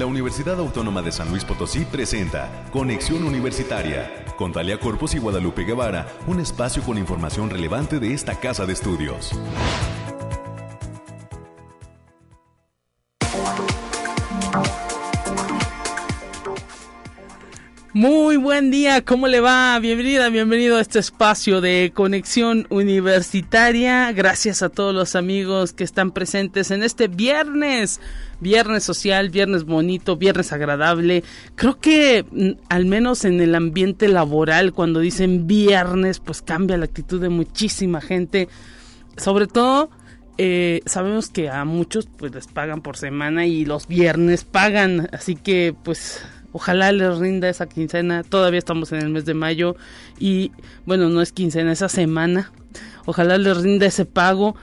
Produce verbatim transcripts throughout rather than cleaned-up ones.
La Universidad Autónoma de San Luis Potosí presenta Conexión Universitaria con Talia Corpus y Guadalupe Guevara, un espacio con información relevante de esta casa de estudios. Muy buen día, ¿cómo le va? Bienvenida, bienvenido a este espacio de Conexión Universitaria. Gracias a todos los amigos que están presentes en este viernes, viernes social, viernes bonito, viernes agradable. Creo que al menos en el ambiente laboral, cuando dicen viernes, pues cambia la actitud de muchísima gente. Sobre todo, eh, sabemos que a muchos pues les pagan por semana y los viernes pagan, así que pues ojalá les rinda esa quincena. Todavía estamos en el mes de mayo y bueno, no es quincena, esa semana. Ojalá les rinda ese pago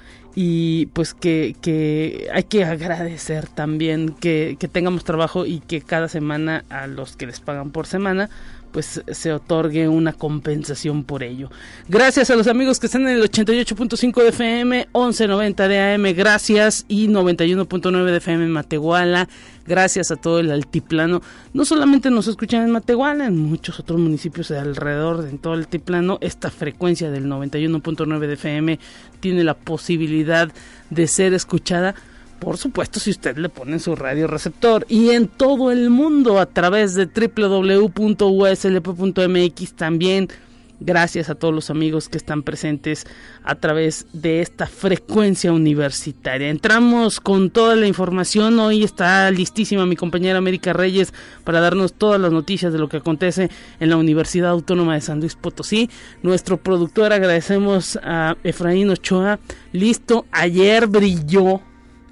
y pues que, que hay que agradecer también que, que tengamos trabajo y que cada semana a los que les pagan por semana pues se otorgue una compensación por ello. Gracias a los amigos que están en el ochenta y ocho punto cinco de F M, once noventa de A M, gracias, y noventa y uno punto nueve de F M en Matehuala. Gracias a todo el altiplano. No solamente nos escuchan en Matehuala, en muchos otros municipios de alrededor, en todo el altiplano, esta frecuencia del noventa y uno punto nueve de F M tiene la posibilidad de ser escuchada, por supuesto, si usted le pone en su radio receptor, y en todo el mundo a través de doble u doble u doble u punto u s l p punto m x también. Gracias a todos los amigos que están presentes a través de esta frecuencia universitaria. Entramos con toda la información. Hoy está listísima mi compañera América Reyes para darnos todas las noticias de lo que acontece en la Universidad Autónoma de San Luis Potosí. Nuestro productor, agradecemos a Efraín Ochoa. Listo, ayer brilló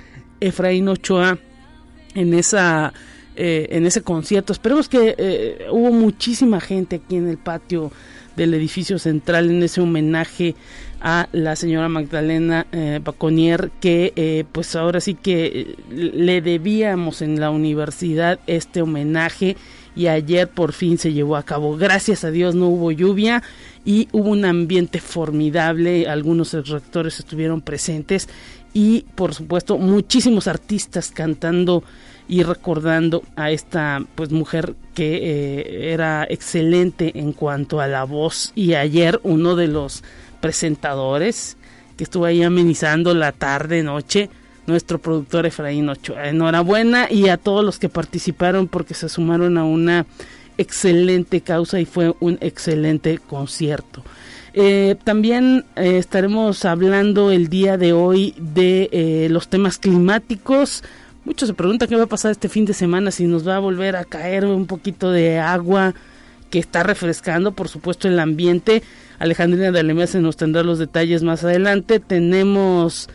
Efraín Ochoa en esa eh, en ese concierto. Esperemos que eh, hubo muchísima gente aquí en el patio del edificio central en ese homenaje a la señora Magdalena eh, Baconier, que eh, pues ahora sí que le debíamos en la universidad este homenaje, y ayer por fin se llevó a cabo. Gracias a Dios no hubo lluvia y hubo un ambiente formidable. Algunos rectores estuvieron presentes y por supuesto muchísimos artistas cantando y recordando a esta pues mujer que eh, era excelente en cuanto a la voz. Y ayer uno de los presentadores que estuvo ahí amenizando la tarde noche, nuestro productor Efraín Ochoa. Enhorabuena, y a todos los que participaron porque se sumaron a una excelente causa y fue un excelente concierto. Eh, también eh, estaremos hablando el día de hoy de eh, los temas climáticos. Muchos se preguntan qué va a pasar este fin de semana, si nos va a volver a caer un poquito de agua que está refrescando, por supuesto, el ambiente. Alejandrina de Alemea se nos tendrá los detalles más adelante. Tenemos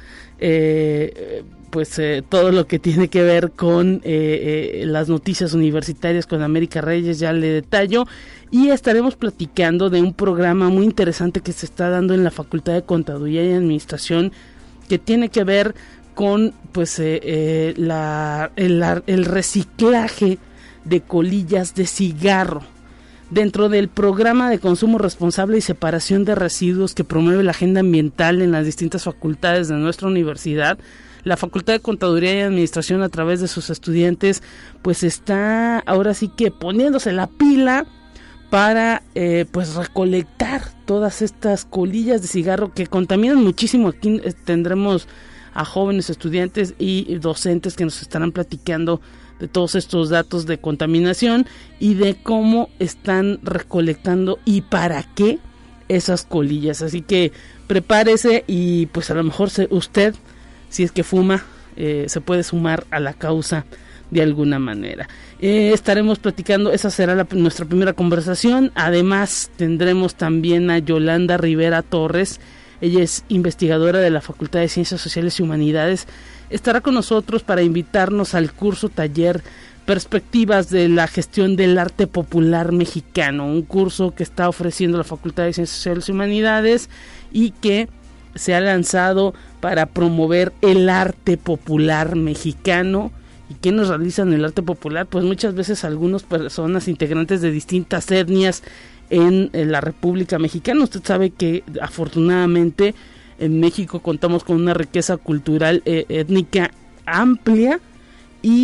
eh, pues eh, todo lo que tiene que ver con eh, eh, las noticias universitarias con América Reyes, ya le detallo. Y estaremos platicando de un programa muy interesante que se está dando en la Facultad de Contaduría y Administración, que tiene que ver con pues eh, eh, la, el, el reciclaje de colillas de cigarro dentro del programa de consumo responsable y separación de residuos que promueve la agenda ambiental en las distintas facultades de nuestra universidad. La Facultad de Contaduría y Administración, a través de sus estudiantes, pues está ahora sí que poniéndose la pila para eh, pues recolectar todas estas colillas de cigarro que contaminan muchísimo. Aquí eh, tendremos a jóvenes estudiantes y docentes que nos estarán platicando de todos estos datos de contaminación y de cómo están recolectando y para qué esas colillas. Así que prepárese y pues a lo mejor se, usted, si es que fuma, eh, se puede sumar a la causa de alguna manera. Eh, estaremos platicando, esa será la, nuestra primera conversación. Además tendremos también a Yolanda Rivera Torres. Ella es investigadora de la Facultad de Ciencias Sociales y Humanidades. Estará con nosotros para invitarnos al curso taller Perspectivas de la Gestión del Arte Popular Mexicano, un curso que está ofreciendo la Facultad de Ciencias Sociales y Humanidades y que se ha lanzado para promover el arte popular mexicano. ¿Y quiénes realizan el arte popular? Pues muchas veces algunas personas integrantes de distintas etnias en, en la República Mexicana. Usted sabe que afortunadamente en México contamos con una riqueza cultural eh, étnica amplia y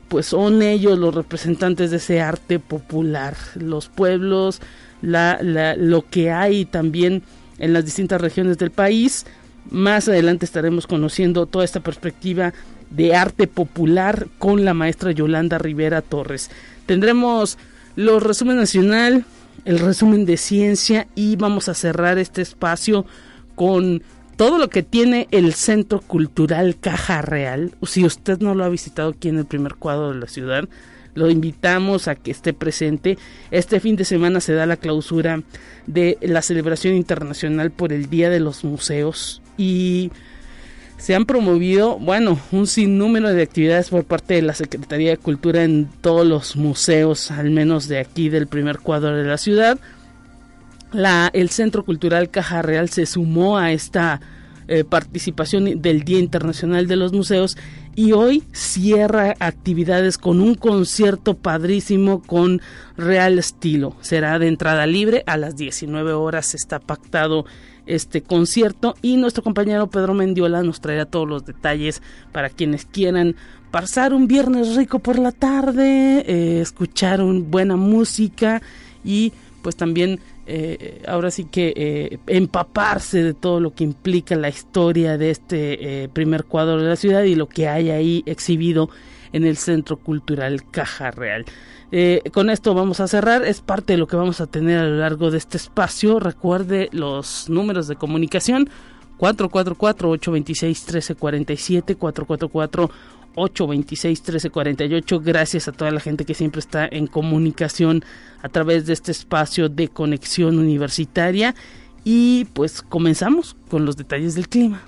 pues son ellos los representantes de ese arte popular, los pueblos, la, la, lo que hay también en las distintas regiones del país. Más adelante estaremos conociendo toda esta perspectiva de arte popular con la maestra Yolanda Rivera Torres. Tendremos los resumen nacional, el resumen de ciencia, y vamos a cerrar este espacio con todo lo que tiene el Centro Cultural Caja Real. Si usted no lo ha visitado aquí en el primer cuadro de la ciudad, lo invitamos a que esté presente. Este fin de semana se da la clausura de la celebración internacional por el Día de los Museos, y se han promovido, bueno, un sinnúmero de actividades por parte de la Secretaría de Cultura en todos los museos, al menos de aquí del primer cuadro de la ciudad. La, el Centro Cultural Caja Real se sumó a esta eh, participación del Día Internacional de los Museos, y hoy cierra actividades con un concierto padrísimo con Real Estilo. Será de entrada libre, a las diecinueve horas está pactado este concierto, y nuestro compañero Pedro Mendiola nos traerá todos los detalles para quienes quieran pasar un viernes rico por la tarde, eh, escuchar un, buena música, y pues también Eh, ahora sí que eh, empaparse de todo lo que implica la historia de este eh, primer cuadro de la ciudad y lo que hay ahí exhibido en el Centro Cultural Caja Real. Eh, con esto vamos a cerrar, es parte de lo que vamos a tener a lo largo de este espacio. Recuerde los números de comunicación: cuatro cuatro cuatro, ocho dos seis, uno tres cuatro siete, cuatro cuatro cuatro, ocho dos seis, uno tres cuatro ocho. Gracias a toda la gente que siempre está en comunicación a través de este espacio de Conexión Universitaria, y pues comenzamos con los detalles del clima.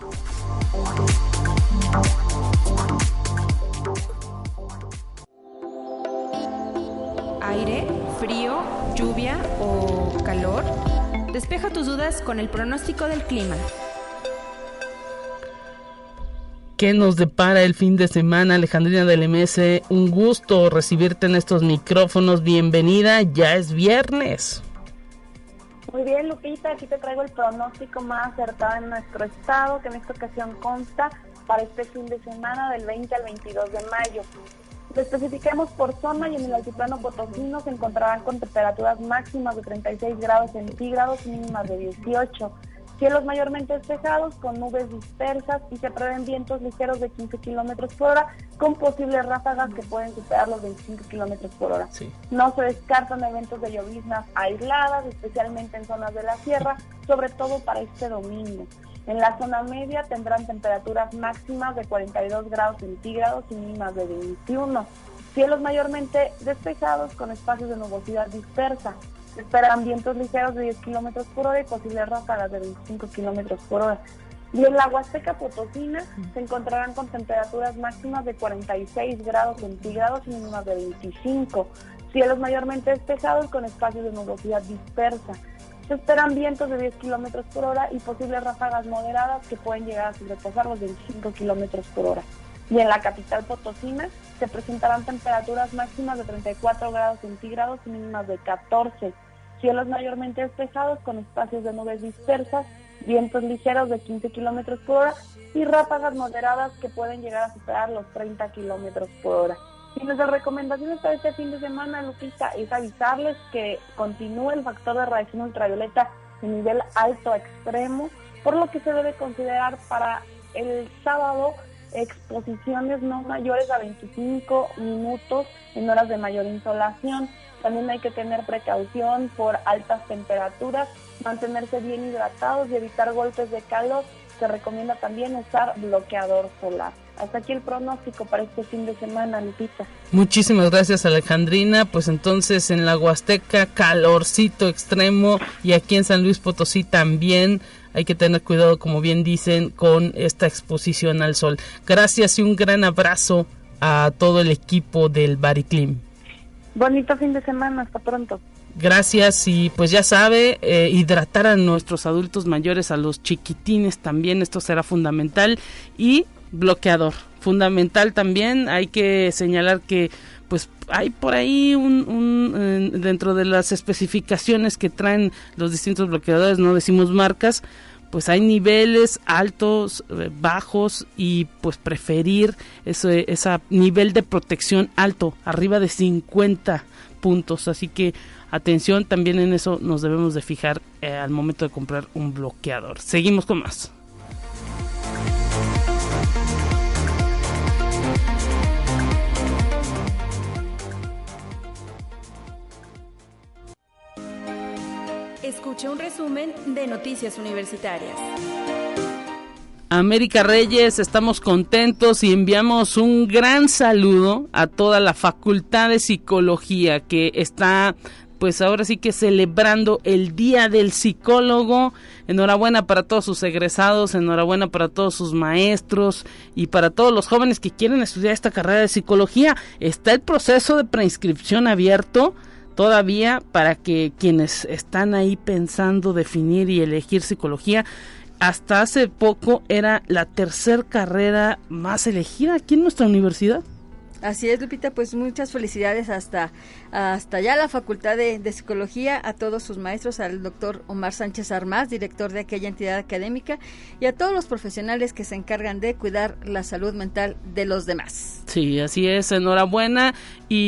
Aire, frío, lluvia o calor. Despeja tus dudas con el pronóstico del clima. ¿Qué nos depara el fin de semana? Alejandrina del M S, un gusto recibirte en estos micrófonos. Bienvenida, ya es viernes. Muy bien, Lupita, aquí te traigo el pronóstico más acertado en nuestro estado, que en esta ocasión consta para este fin de semana del veinte al veintidós de mayo. Lo especificamos por zona, y en el altiplano potosino se encontrarán con temperaturas máximas de treinta y seis grados centígrados y mínimas de dieciocho. Cielos mayormente despejados con nubes dispersas, y se prevén vientos ligeros de quince kilómetros por hora con posibles ráfagas que pueden superar los veinticinco kilómetros por hora. Sí. No se descartan eventos de lloviznas aisladas, especialmente en zonas de la sierra, sobre todo para este domingo. En la zona media tendrán temperaturas máximas de cuarenta y dos grados centígrados y mínimas de veintiuno. Cielos mayormente despejados con espacios de nubosidad dispersa. Se esperan vientos ligeros de diez kilómetros por hora y posibles ráfagas de veinticinco kilómetros por hora. Y en la Huasteca Potosina se encontrarán con temperaturas máximas de cuarenta y seis grados centígrados y mínimas de veinticinco. Cielos mayormente despejados con espacios de nubosidad dispersa. Se esperan vientos de diez kilómetros por hora y posibles ráfagas moderadas que pueden llegar a sobrepasar los veinticinco kilómetros por hora. Y en la capital potosina se presentarán temperaturas máximas de treinta y cuatro grados centígrados y mínimas de catorce. Cielos mayormente despejados con espacios de nubes dispersas, vientos ligeros de quince kilómetros por hora y ráfagas moderadas que pueden llegar a superar los treinta kilómetros por hora. Y nuestras recomendaciones para este fin de semana, Lupita, es avisarles que continúa el factor de radiación ultravioleta en nivel alto a extremo, por lo que se debe considerar para el sábado exposiciones no mayores a veinticinco minutos en horas de mayor insolación. También hay que tener precaución por altas temperaturas, mantenerse bien hidratados y evitar golpes de calor. Se recomienda también usar bloqueador solar. Hasta aquí el pronóstico para este fin de semana, Lupita. Muchísimas gracias, Alejandrina. Pues entonces en la Huasteca, calorcito extremo, y aquí en San Luis Potosí también. Hay que tener cuidado, como bien dicen, con esta exposición al sol. Gracias y un gran abrazo a todo el equipo del Bariclim. Bonito fin de semana, hasta pronto. Gracias, y pues ya sabe, eh, hidratar a nuestros adultos mayores, a los chiquitines también, esto será fundamental. Y bloqueador, fundamental también. Hay que señalar que pues hay por ahí un, un eh, dentro de las especificaciones que traen los distintos bloqueadores, no decimos marcas, pues hay niveles altos, bajos, y pues preferir ese, ese nivel de protección alto, arriba de cincuenta puntos. Así que atención, también en eso nos debemos de fijar eh, al momento de comprar un bloqueador. Seguimos con más. Escucha un resumen de Noticias Universitarias. América Reyes, estamos contentos y enviamos un gran saludo a toda la Facultad de Psicología que está, pues ahora sí que celebrando el Día del Psicólogo. Enhorabuena para todos sus egresados, enhorabuena para todos sus maestros y para todos los jóvenes que quieren estudiar esta carrera de psicología. Está el proceso de preinscripción abierto todavía para que quienes están ahí pensando definir y elegir psicología. Hasta hace poco era la tercer carrera más elegida aquí en nuestra universidad. Así es, Lupita, pues muchas felicidades hasta, hasta ya la Facultad de, de Psicología, a todos sus maestros, al doctor Omar Sánchez Armaz, director de aquella entidad académica, y a todos los profesionales que se encargan de cuidar la salud mental de los demás. Sí, así es, enhorabuena,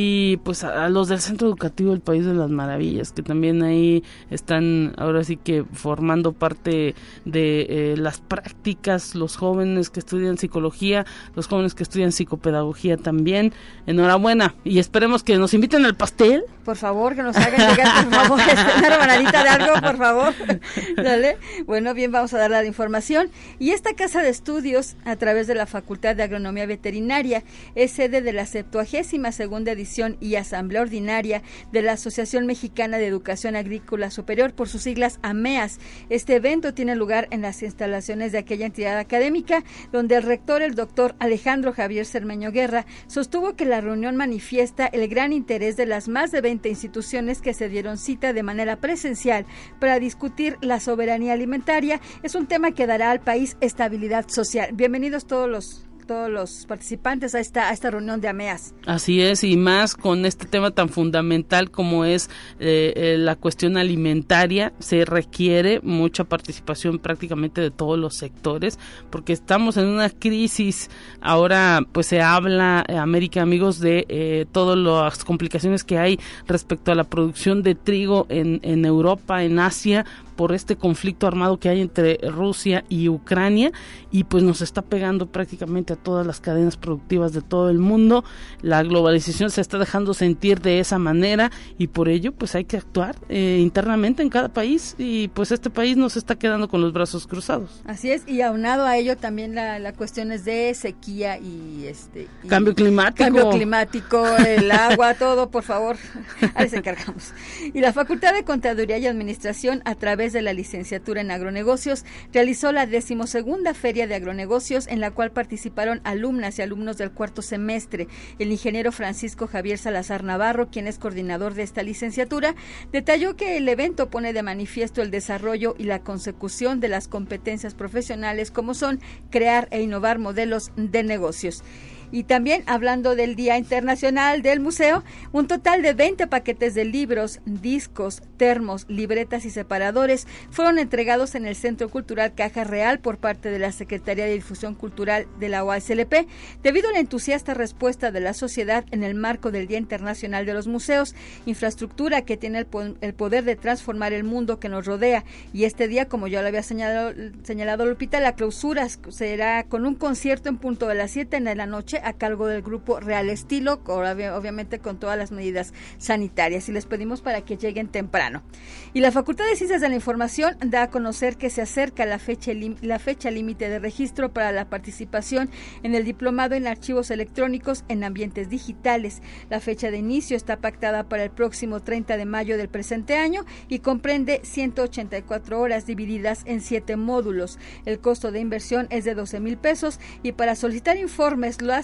y pues a, a los del Centro Educativo del País de las Maravillas, que también ahí están ahora sí que formando parte de eh, las prácticas, los jóvenes que estudian psicología, los jóvenes que estudian psicopedagogía también. Enhorabuena, y esperemos que nos inviten al pastel. Por favor, que nos hagan llegar, por favor, una rebanadita de algo, por favor. Dale. Bueno, bien, vamos a dar la información. Y esta casa de estudios, a través de la Facultad de Agronomía Veterinaria, es sede de la septuagésima segunda edición y asamblea ordinaria de la Asociación Mexicana de Educación Agrícola Superior, por sus siglas AMEAS. Este evento tiene lugar en las instalaciones de aquella entidad académica, donde el rector, el doctor Alejandro Javier Cermeño Guerra, sostuvo que la reunión manifiesta el gran interés de las más de veinte instituciones que se dieron cita de manera presencial para discutir la soberanía alimentaria. Es un tema que dará al país estabilidad social. Bienvenidos todos los todos los participantes a esta a esta reunión de AMEAS. Así es, y más con este tema tan fundamental como es eh, eh, la cuestión alimentaria. Se requiere mucha participación prácticamente de todos los sectores, porque estamos en una crisis. Ahora pues se habla, eh, América, amigos, de eh, todas las complicaciones que hay respecto a la producción de trigo en, en Europa, en Asia, por este conflicto armado que hay entre Rusia y Ucrania, y pues nos está pegando prácticamente a todas las cadenas productivas de todo el mundo. La globalización se está dejando sentir de esa manera, y por ello pues hay que actuar eh, internamente en cada país, y pues este país nos está quedando con los brazos cruzados. Así es, y aunado a ello también la, la cuestiones de sequía y este y cambio climático. Cambio climático, el agua, todo, por favor, ahí les encargamos. Y la Facultad de Contaduría y Administración, a través de la licenciatura en agronegocios, realizó la decimosegunda feria de agronegocios, en la cual participaron alumnas y alumnos del cuarto semestre. El ingeniero Francisco Javier Salazar Navarro, quien es coordinador de esta licenciatura, detalló que el evento pone de manifiesto el desarrollo y la consecución de las competencias profesionales, como son crear e innovar modelos de negocios. Y también, hablando del Día Internacional del Museo, un total de veinte paquetes de libros, discos, termos, libretas y separadores fueron entregados en el Centro Cultural Caja Real por parte de la Secretaría de Difusión Cultural de la O A S L P, debido a la entusiasta respuesta de la sociedad en el marco del Día Internacional de los Museos, infraestructura que tiene el, po- el poder de transformar el mundo que nos rodea. Y este día, como ya lo había señalado, señalado Lupita, la clausura será con un concierto en punto de las siete de la noche, a cargo del grupo Real Estilo, obviamente con todas las medidas sanitarias, y les pedimos para que lleguen temprano. Y la Facultad de Ciencias de la Información da a conocer que se acerca la fecha la fecha límite de registro para la participación en el diplomado en archivos electrónicos en ambientes digitales. La fecha de inicio está pactada para el próximo treinta de mayo del presente año y comprende ciento ochenta y cuatro horas divididas en siete módulos. El costo de inversión es de doce mil pesos, y para solicitar informes las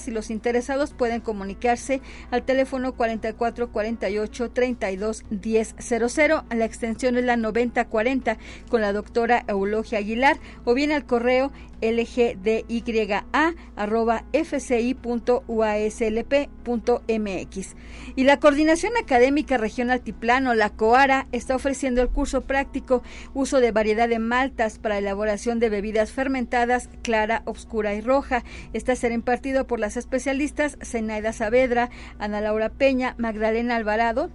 dudas y los interesados pueden comunicarse al teléfono cuarenta y cuatro cuarenta y ocho treinta y dos diez cero cero, la extensión es la noventa cuarenta con la doctora Eulogia Aguilar, o bien al correo l g d y a arroba f c i punto u a s l p punto m x. Y la Coordinación Académica Región Altiplano, la COARA, está ofreciendo el curso práctico Uso de variedad de maltas para elaboración de bebidas fermentadas clara, oscura y roja. Este será impartido por las especialistas Zenaida Saavedra, Ana Laura Peña, Magdalena Alvarado,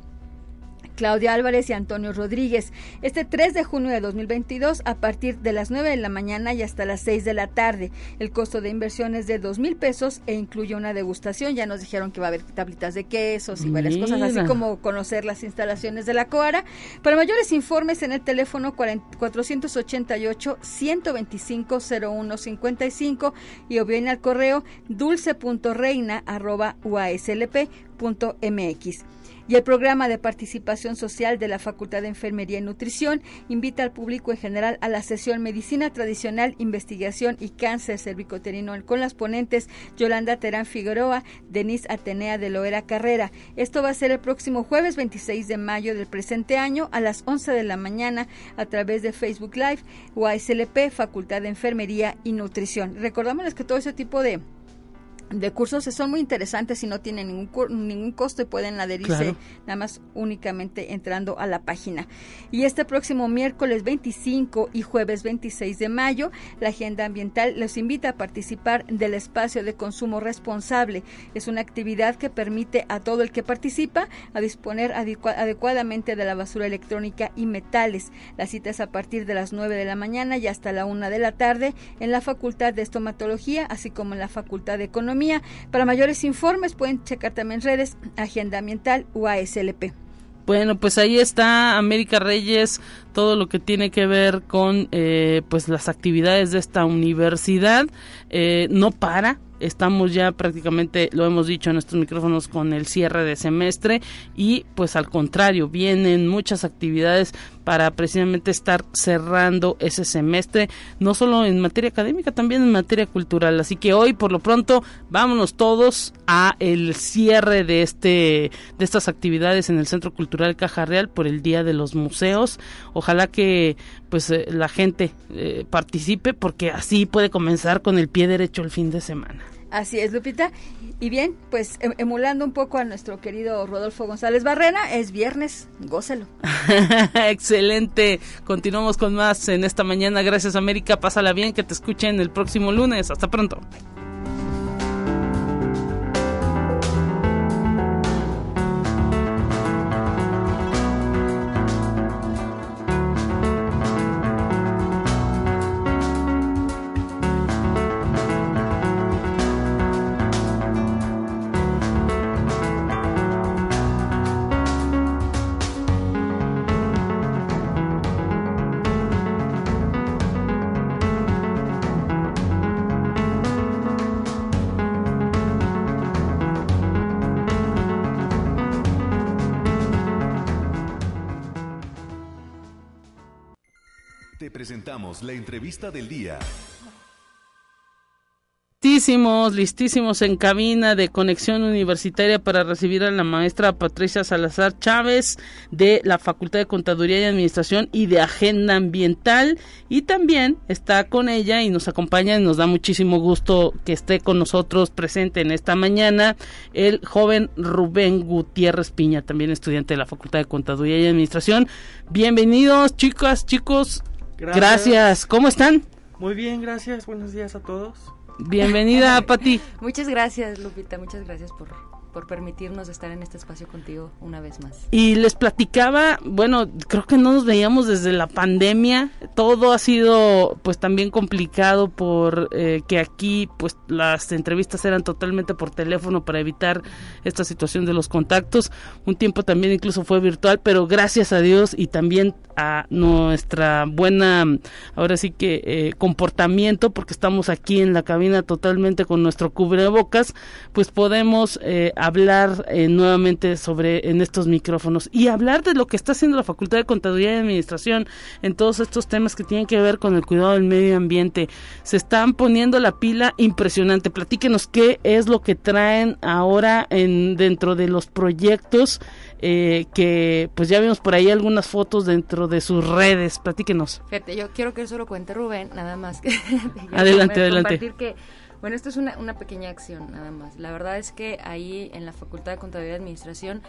Claudia Álvarez y Antonio Rodríguez. Este tres de junio de dos mil veintidós, a partir de las nueve de la mañana y hasta las seis de la tarde. El costo de inversión es de dos mil pesos e incluye una degustación. Ya nos dijeron que va a haber tablitas de quesos y varias Mira. cosas, así como conocer las instalaciones de la COARA. Para mayores informes, en el teléfono cuatrocientos ochenta y ocho, ciento veinticinco, cero uno cincuenta y cinco y o bien al correo dulce punto reina arroba u a s l p punto m x. Y el programa de participación social de la Facultad de Enfermería y Nutrición invita al público en general a la sesión Medicina Tradicional, Investigación y Cáncer Cervicuterino con las ponentes Yolanda Terán Figueroa, Denise Atenea de Loera Carrera. Esto va a ser el próximo jueves veintiséis de mayo del presente año a las once de la mañana a través de Facebook Live, U A S L P, Facultad de Enfermería y Nutrición. Recordamos que todo ese tipo de de cursos son muy interesantes y no tienen ningún ningún costo y pueden adherirse claro. nada más únicamente entrando a la página. Y este próximo miércoles veinticinco y jueves veintiséis de mayo, la Agenda Ambiental los invita a participar del espacio de consumo responsable. Es una actividad que permite a todo el que participa a disponer adecua- adecuadamente de la basura electrónica y metales. La cita es a partir de las nueve de la mañana y hasta la una de la tarde en la Facultad de Estomatología, así como en la Facultad de Economía. Para mayores informes pueden checar también redes Agenda Ambiental U A S L P. Bueno, pues ahí está América Reyes, todo lo que tiene que ver con eh, pues las actividades de esta universidad. Eh, no para. Estamos ya prácticamente, lo hemos dicho en nuestros micrófonos, con el cierre de semestre y pues al contrario, vienen muchas actividades para precisamente estar cerrando ese semestre, no solo en materia académica, también en materia cultural. Así que hoy, por lo pronto, vámonos todos a el cierre de este de estas actividades en el Centro Cultural Caja Real por el Día de los Museos. Ojalá que pues eh, la gente eh, participe, porque así puede comenzar con el pie derecho el fin de semana. Así es, Lupita. Y bien, pues emulando un poco a nuestro querido Rodolfo González Barrera, es viernes, gócelo. Excelente. Continuamos con más en esta mañana. Gracias, América. Pásala bien, que te escuchen el próximo lunes. Hasta pronto. Te presentamos la entrevista del día. Listísimos, listísimos en cabina de Conexión Universitaria para recibir a la maestra Patricia Salazar Chávez de la Facultad de Contaduría y Administración y de Agenda Ambiental, y también está con ella y nos acompaña y nos da muchísimo gusto que esté con nosotros presente en esta mañana el joven Rubén Gutiérrez Piña, también estudiante de la Facultad de Contaduría y Administración. Bienvenidos, chicas, chicos. Gracias. Gracias. ¿Cómo están? Muy bien, gracias. Buenos días a todos. Bienvenida, Pati. Muchas gracias, Lupita. Muchas gracias por, por permitirnos estar en este espacio contigo una vez más. Y les platicaba, bueno, creo que no nos veíamos desde la pandemia. Todo ha sido, pues, también complicado por eh, que aquí, pues, las entrevistas eran totalmente por teléfono para evitar esta situación de los contactos. Un tiempo también incluso fue virtual, pero gracias a Dios y también a nuestra buena, ahora sí que eh, comportamiento, porque estamos aquí en la cabina totalmente con nuestro cubrebocas, pues podemos eh, hablar eh, nuevamente sobre en estos micrófonos y hablar de lo que está haciendo la Facultad de Contaduría y Administración en todos estos temas que tienen que ver con el cuidado del medio ambiente. Se están poniendo la pila impresionante. Platíquenos qué es lo que traen ahora en dentro de los proyectos eh, que pues ya vimos por ahí algunas fotos dentro de sus redes. Platíquenos. Fíjate, yo quiero que eso lo cuente Rubén, nada más. Que adelante, adelante. Compartir que, bueno, esto es una, una pequeña acción, nada más. La verdad es que ahí en la Facultad de Contaduría y Administración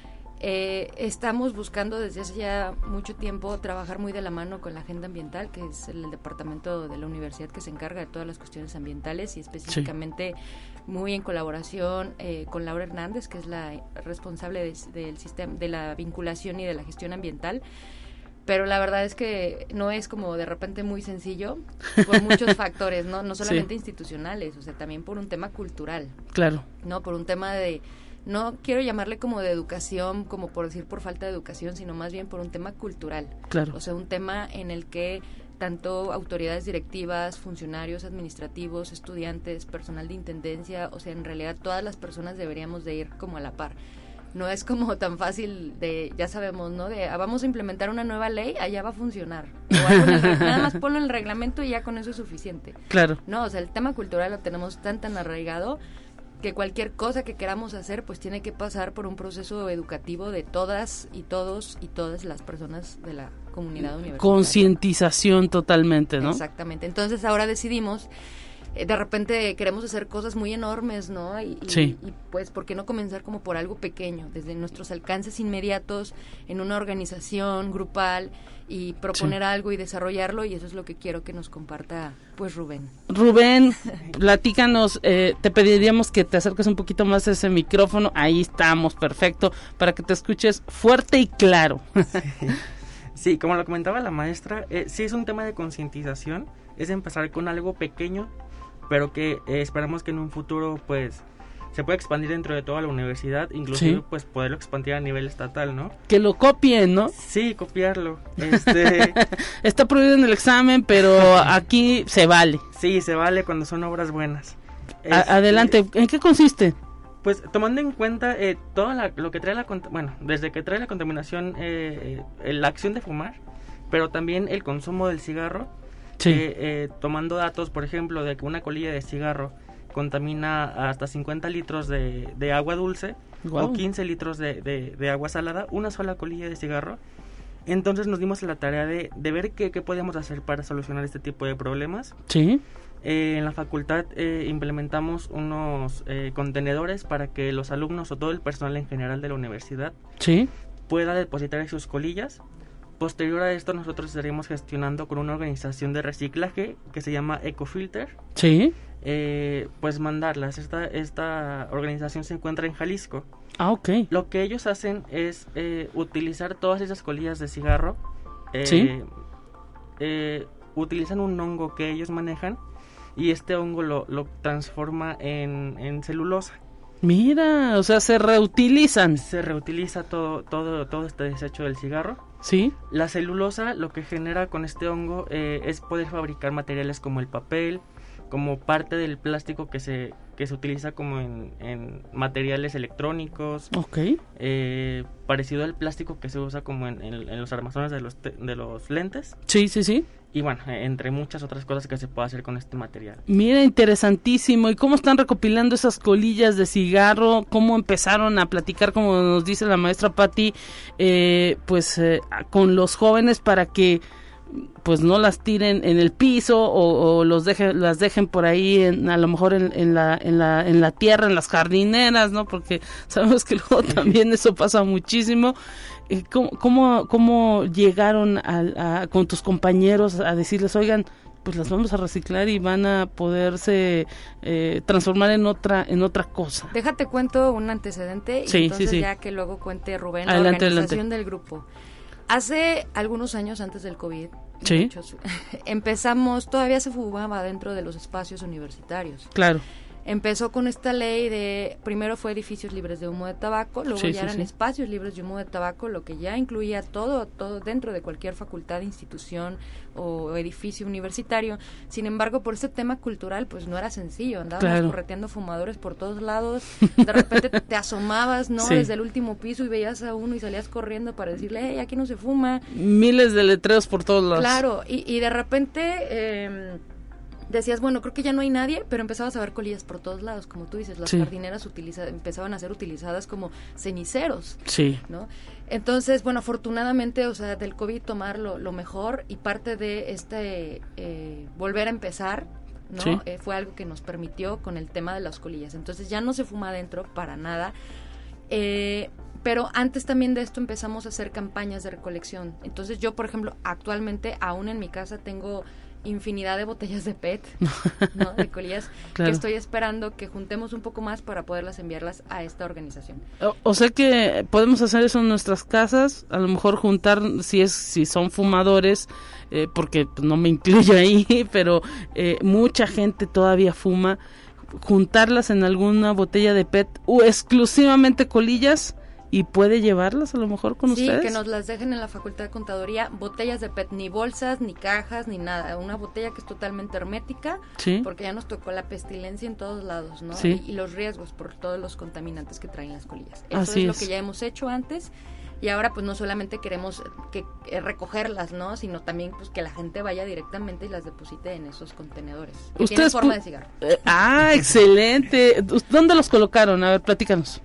eh, estamos buscando desde hace ya mucho tiempo trabajar muy de la mano con la agenda ambiental, que es el, el departamento de la universidad que se encarga de todas las cuestiones ambientales y específicamente sí. muy en colaboración eh, con Laura Hernández, que es la responsable de, del sistema, de la vinculación y de la gestión ambiental. Pero la verdad es que no es como de repente muy sencillo por muchos factores, no no solamente sí. institucionales, o sea, también por un tema cultural. Claro. No, por un tema de, no quiero llamarle como de educación, como por decir por falta de educación, sino más bien por un tema cultural. Claro. O sea, un tema en el que tanto autoridades directivas, funcionarios administrativos, estudiantes, personal de intendencia, o sea, en realidad todas las personas deberíamos de ir como a la par. No es como tan fácil de, ya sabemos, ¿no? De ah, vamos a implementar una nueva ley, allá va a funcionar. O algo en el, nada más ponlo en el reglamento y ya con eso es suficiente. Claro. No, o sea, el tema cultural lo tenemos tan tan arraigado que cualquier cosa que queramos hacer pues tiene que pasar por un proceso educativo de todas y todos y todas las personas de la comunidad universitaria. Concientización totalmente, ¿no? Exactamente. Entonces ahora decidimos, eh, de repente queremos hacer cosas muy enormes, ¿no? Y, y, sí. y pues, ¿por qué no comenzar como por algo pequeño, desde nuestros alcances inmediatos, en una organización grupal y proponer sí. algo y desarrollarlo? Y eso es lo que quiero que nos comparta, pues, Rubén. Rubén, platícanos, eh, te pediríamos que te acerques un poquito más a ese micrófono, ahí estamos, perfecto, para que te escuches fuerte y claro. Sí, sí, como lo comentaba la maestra, eh, sí es un tema de concientización, es empezar con algo pequeño, pero que eh, esperamos que en un futuro pues se pueda expandir dentro de toda la universidad, inclusive sí. pues poderlo expandir a nivel estatal, ¿no? Que lo copien, ¿no? Sí, copiarlo. Este... Está prohibido en el examen, pero aquí se vale. Sí, se vale cuando son obras buenas. Este... Adelante, ¿en qué consiste? Pues tomando en cuenta eh, todo la, lo que trae la, bueno, desde que trae la contaminación, eh, eh, la acción de fumar, pero también el consumo del cigarro. Sí. Eh, eh, tomando datos, por ejemplo, de que una colilla de cigarro contamina hasta cincuenta litros de, de agua dulce, wow. o quince litros de, de, de agua salada, una sola colilla de cigarro. Entonces nos dimos la tarea de, de ver qué, qué podíamos hacer para solucionar este tipo de problemas. Sí. Eh, en la facultad eh, implementamos unos eh, contenedores para que los alumnos o todo el personal en general de la universidad sí. pueda depositar sus colillas. Posterior a esto nosotros estaríamos gestionando con una organización de reciclaje que se llama Ecofilter. Sí. Eh, pues mandarlas. Esta, esta organización se encuentra en Jalisco. Ah, ok. Lo que ellos hacen es eh, utilizar todas esas colillas de cigarro. Eh, sí. Eh, utilizan un hongo que ellos manejan y este hongo lo, lo transforma en, en celulosa. Mira, o sea, se reutilizan. Se reutiliza todo, todo, todo este desecho del cigarro. Sí. La celulosa lo que genera con este hongo eh, es poder fabricar materiales como el papel, como parte del plástico que se que se utiliza como en, en materiales electrónicos. Ok. Eh, parecido al plástico que se usa como en, en, en los armazones de los, te, de los lentes. Sí, sí, sí. Y bueno, entre muchas otras cosas que se puede hacer con este material. Mira, interesantísimo. ¿Y cómo están recopilando esas colillas de cigarro? ¿Cómo empezaron a platicar, como nos dice la maestra Patti, eh, pues eh, con los jóvenes para que pues no las tiren en el piso o, o los dejen, las dejen por ahí en, a lo mejor en, en la en la en la tierra, en las jardineras, ¿no? Porque sabemos que luego también eso pasa muchísimo. ¿Cómo, cómo, cómo llegaron a, a, con tus compañeros a decirles, oigan, pues las vamos a reciclar y van a poderse eh, transformar en otra en otra cosa? Déjate cuento un antecedente y sí, entonces sí, sí. ya que luego cuente Rubén adelante, la organización adelante. del grupo. Hace algunos años antes del COVID, ¿sí? muchos, empezamos, todavía se fumaba dentro de los espacios universitarios. Claro. empezó con esta ley de, primero fue edificios libres de humo de tabaco, luego sí, ya sí, eran sí. espacios libres de humo de tabaco, lo que ya incluía todo, todo dentro de cualquier facultad, institución o edificio universitario. Sin embargo, por este tema cultural, pues no era sencillo, andábamos Claro. correteando fumadores por todos lados, de repente te, te asomabas, ¿no? Sí. Desde el último piso y veías a uno y salías corriendo para decirle, hey, aquí no se fuma. Miles de letreros por todos lados. Claro, y, y de repente eh, decías, bueno, creo que ya no hay nadie, pero empezabas a ver colillas por todos lados, como tú dices, las Sí. jardineras utiliza, empezaban a ser utilizadas como ceniceros, Sí. ¿no? Entonces, bueno, afortunadamente, o sea, del COVID tomar lo, lo mejor, y parte de este eh, volver a empezar, ¿no? Sí. Eh, fue algo que nos permitió con el tema de las colillas. Entonces ya no se fuma adentro para nada. Eh, pero antes también de esto empezamos a hacer campañas de recolección. Entonces yo, por ejemplo, actualmente aún en mi casa tengo infinidad de botellas de P E T, ¿no? De colillas, Claro. que estoy esperando que juntemos un poco más para poderlas enviarlas a esta organización. O, o sea que podemos hacer eso en nuestras casas, a lo mejor juntar, si es si son fumadores, eh, porque pues, no me incluyo ahí, pero eh, mucha gente todavía fuma, juntarlas en alguna botella de P E T o exclusivamente colillas y puede llevarlas a lo mejor con Sí, ustedes. que nos las dejen en la Facultad de Contaduría, botellas de P E T, ni bolsas, ni cajas, ni nada, una botella que es totalmente hermética, Sí. porque ya nos tocó la pestilencia en todos lados, ¿no? Sí. Y, y los riesgos por todos los contaminantes que traen las colillas. Eso Así es lo es. que ya hemos hecho antes, y ahora pues no solamente queremos que, que recogerlas, ¿no? Sino también pues que la gente vaya directamente y las deposite en esos contenedores, que tienen Ustedes forma pu- de cigarro. Eh, ah, excelente. ¿Dónde los colocaron? A ver, platícanos.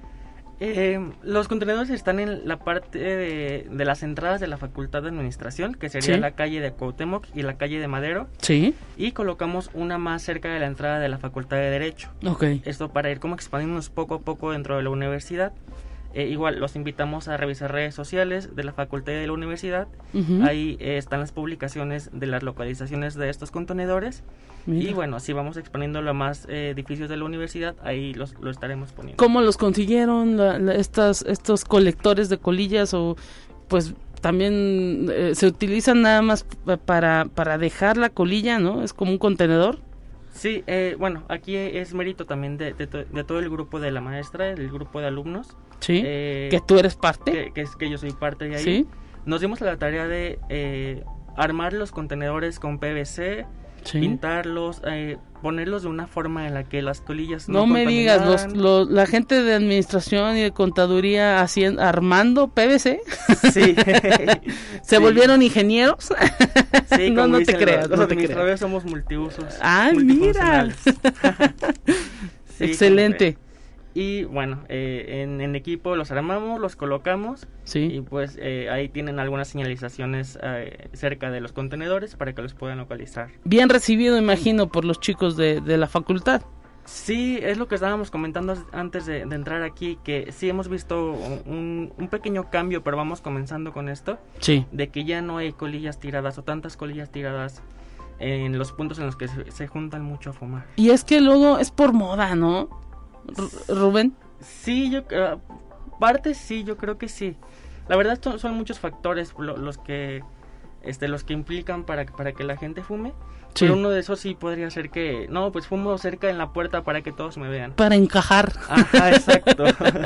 Eh, los contenedores están en la parte de, de las entradas de la Facultad de Administración, que sería Sí. la calle de Cuauhtémoc y la calle de Madero, Sí. y colocamos una más cerca de la entrada de la Facultad de Derecho. Ok. Esto para ir como expandiéndonos poco a poco dentro de la universidad. Eh, igual los invitamos a revisar redes sociales de la Facultad y de la Universidad. Ujú. Ahí eh, están las publicaciones de las localizaciones de estos contenedores. Mira. Y bueno, si vamos expandiéndolo a más eh, edificios de la universidad, ahí los, lo estaremos poniendo. ¿Cómo los consiguieron la- la- estas, estos colectores de colillas? O pues también eh, se utilizan nada más p- para, para dejar la colilla, ¿no? Es como un contenedor. Sí, eh, bueno, aquí es mérito también de, de, to- de todo el grupo de la maestra, el grupo de alumnos. Sí. eh, Que tú eres parte. que, que es que yo soy parte de ahí. Sí. Nos dimos a la tarea de eh, armar los contenedores con P V C, Sí. pintarlos, eh, ponerlos de una forma en la que las colillas No, no, me digas, los, contaminaran. los- la gente de administración y de contaduría haciendo, armando P V C, Sí. se Sí. volvieron ingenieros. Sí, no, como no te dicen creas, los, no los te creas. administradores somos multiusos. Ah, mira. multifuncionales. Sí, Excelente. como ven. Y bueno, eh, en, en equipo los armamos, los colocamos y Sí. pues eh, ahí tienen algunas señalizaciones eh, cerca de los contenedores para que los puedan localizar. Bien recibido, imagino, por los chicos de, de la facultad. Sí, es lo que estábamos comentando antes de, de entrar aquí, que sí hemos visto un, un pequeño cambio, pero vamos comenzando con esto, Sí. de que ya no hay colillas tiradas o tantas colillas tiradas en los puntos en los que se, se juntan mucho a fumar. Y es que luego es por moda, ¿no? R- Rubén. Sí, yo uh, parte sí, yo creo que sí. La verdad son, son muchos factores lo- los que este los que implican para para que la gente fume. Sí. Pero uno de esos sí podría ser que no, pues fumo cerca en la puerta para que todos me vean. Para encajar. Ajá, exacto.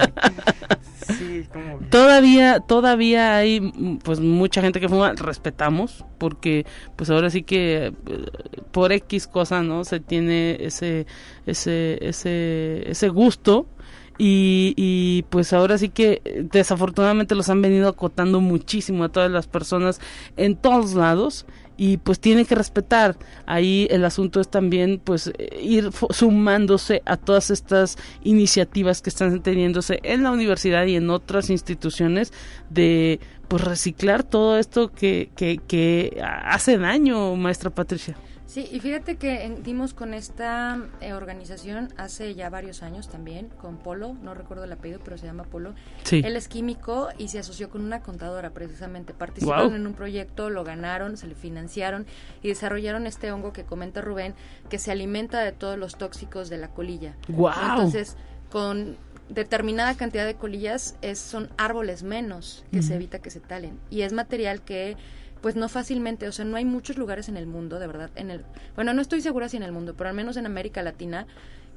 Sí, como ves? Todavía, todavía hay mm, pues mucha gente que fuma, respetamos, porque pues ahora sí que eh, por X cosa, ¿no? Se tiene ese, ese, ese, ese gusto. Y, y pues ahora sí que eh, desafortunadamente los han venido acotando muchísimo a todas las personas en todos lados, y pues tiene que respetar. Ahí el asunto es también pues eh, ir fo- sumándose a todas estas iniciativas que están teniéndose en la universidad y en otras instituciones de pues reciclar todo esto que, que, que hace daño, maestra Patricia. Sí, y fíjate que en- dimos con esta eh, organización hace ya varios años también, con Polo, no recuerdo el apellido, pero se llama Polo. Sí. Él es químico y se asoció con una contadora precisamente. Participaron Guau. en un proyecto, lo ganaron, se le financiaron y desarrollaron este hongo que comenta Rubén, que se alimenta de todos los tóxicos de la colilla. Guau. Entonces, con determinada cantidad de colillas es, son árboles menos que se Ujú. evita que se talen. Y es material que pues no fácilmente, o sea, no hay muchos lugares en el mundo, de verdad, en el, bueno, no estoy segura si en el mundo, pero al menos en América Latina,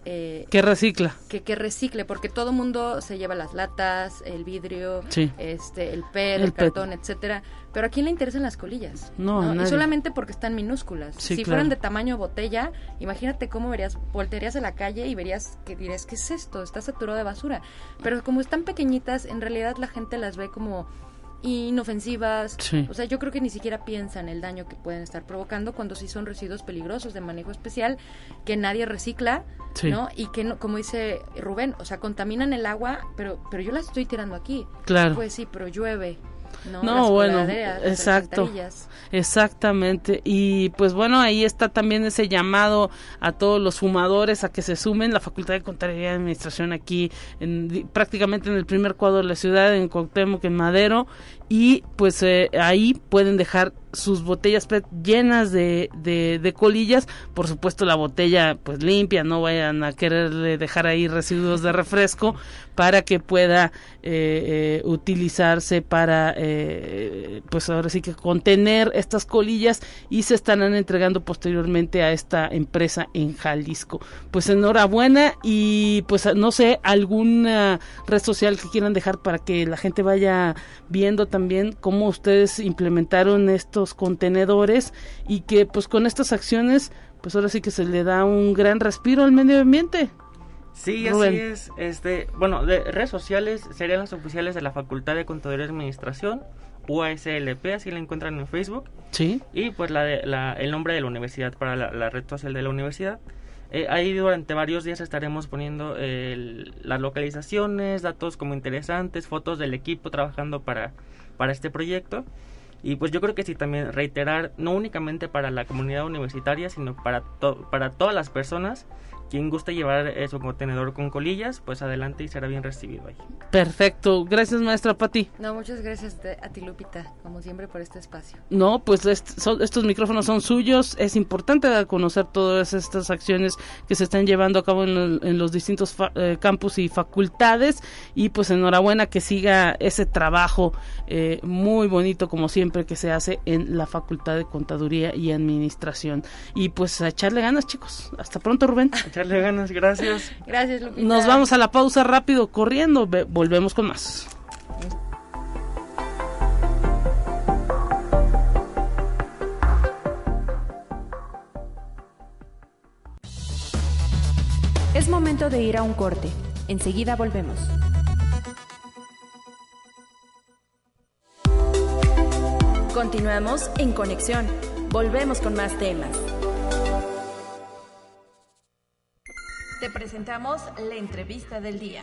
Eh, que recicla. Que, que recicle, porque todo mundo se lleva las latas, el vidrio, sí. este, el P E T, el, el cartón, P E T. etcétera. Pero ¿a quién le interesan las colillas? No, ¿no? Y solamente porque están minúsculas. Sí, si claro. fueran de tamaño botella, imagínate cómo verías, voltearías a la calle y verías que dirías, ¿qué es esto? Está saturado de basura. Pero como están pequeñitas, en realidad la gente las ve como inofensivas. Sí. O sea, yo creo que ni siquiera piensan el daño que pueden estar provocando cuando sí son residuos peligrosos de manejo especial que nadie recicla, sí. ¿no? Y que, no, como dice Rubén, o sea, contaminan el agua, pero pero yo la estoy tirando aquí. Claro. Pues sí, pero llueve. No, no las bueno, las exacto, exactamente, y pues bueno, ahí está también ese llamado a todos los fumadores a que se sumen. La Facultad de Contaduría y Administración aquí, en, prácticamente en el primer cuadro de la ciudad, en Cuauhtémoc, en Madero, y pues eh, ahí pueden dejar sus botellas P E T llenas de, de, de colillas, por supuesto la botella pues limpia, no vayan a quererle dejar ahí residuos de refresco, para que pueda eh, eh, utilizarse para eh, pues ahora sí que contener estas colillas, y se estarán entregando posteriormente a esta empresa en Jalisco. Pues enhorabuena, y pues no sé, alguna red social que quieran dejar para que la gente vaya viendo también cómo ustedes implementaron estos contenedores, y que pues con estas acciones pues ahora sí que se le da un gran respiro al medio ambiente. Sí, Rubén. Así es. Este, bueno, de redes sociales serían las oficiales de la Facultad de Contaduría y Administración, U A S L P, así la encuentran en Facebook. Sí. Y pues la, de, la el nombre de la universidad para la, la red social de la universidad. Eh, ahí durante varios días estaremos poniendo eh, las localizaciones, datos como interesantes, fotos del equipo trabajando para, para este proyecto. Y pues yo creo que sí, también reiterar, no únicamente para la comunidad universitaria, sino para, to- para todas las personas. Quien guste llevar eh, su contenedor con colillas, pues adelante y será bien recibido ahí. Perfecto, gracias maestra Pati. No, muchas gracias de, a ti Lupita, como siempre por este espacio. No, pues est- son, estos micrófonos son suyos, es importante conocer todas estas acciones que se están llevando a cabo en, el, en los distintos fa- eh, campus y facultades, y pues enhorabuena que siga ese trabajo eh, muy bonito como siempre que se hace en la Facultad de Contaduría y Administración. Y pues a echarle ganas, chicos. Hasta pronto, Rubén. Echarle ganas, gracias. Gracias, Lupita. Nos vamos a la pausa rápido, corriendo, Ve- volvemos con más. Es momento de ir a un corte. Enseguida volvemos. Continuamos en Conexión. Volvemos con más temas. Te presentamos la entrevista del día.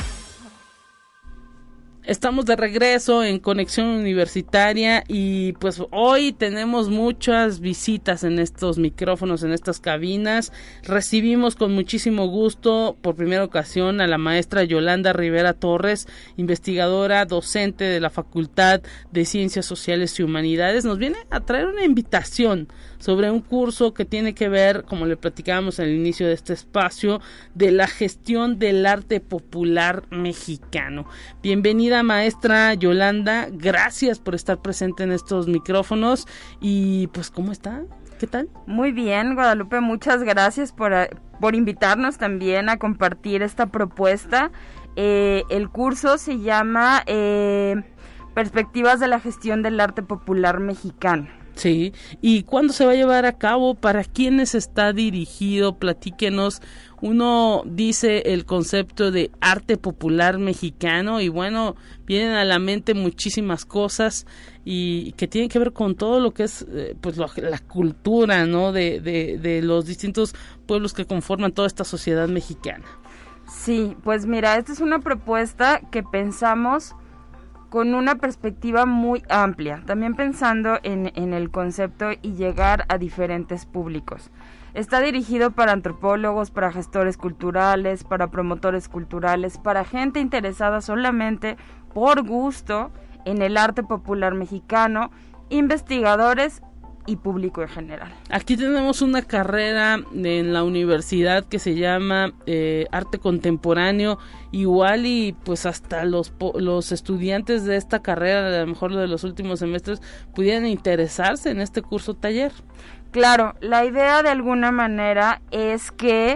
Estamos de regreso en Conexión Universitaria, y pues hoy tenemos muchas visitas en estos micrófonos, en estas cabinas. Recibimos con muchísimo gusto por primera ocasión a la maestra Yolanda Rivera Torres, investigadora, docente de la Facultad de Ciencias Sociales y Humanidades. Nos viene a traer una invitación sobre un curso que tiene que ver, como le platicábamos al inicio de este espacio, de la gestión del arte popular mexicano. Bienvenida, maestra Yolanda, gracias por estar presente en estos micrófonos. Y pues, ¿cómo está? ¿Qué tal? Muy bien, Guadalupe, muchas gracias por, por invitarnos también a compartir esta propuesta. Eh, el curso se llama eh, Perspectivas de la Gestión del Arte Popular Mexicano. Sí, ¿y cuándo se va a llevar a cabo? ¿Para quiénes está dirigido? Platíquenos. Uno dice el concepto de arte popular mexicano y bueno, vienen a la mente muchísimas cosas y que tienen que ver con todo lo que es eh, pues lo, la cultura, ¿no? De, de, de los distintos pueblos que conforman toda esta sociedad mexicana. Sí, pues mira, esta es una propuesta que pensamos con una perspectiva muy amplia, también pensando en, en el concepto y llegar a diferentes públicos. Está dirigido para antropólogos, para gestores culturales, para promotores culturales, para gente interesada solamente por gusto en el arte popular mexicano, investigadores y público en general. Aquí tenemos una carrera en la universidad que se llama eh, Arte Contemporáneo, igual y pues hasta los los estudiantes de esta carrera, a lo mejor de los últimos semestres, pudieran interesarse en este curso taller. Claro, la idea de alguna manera es que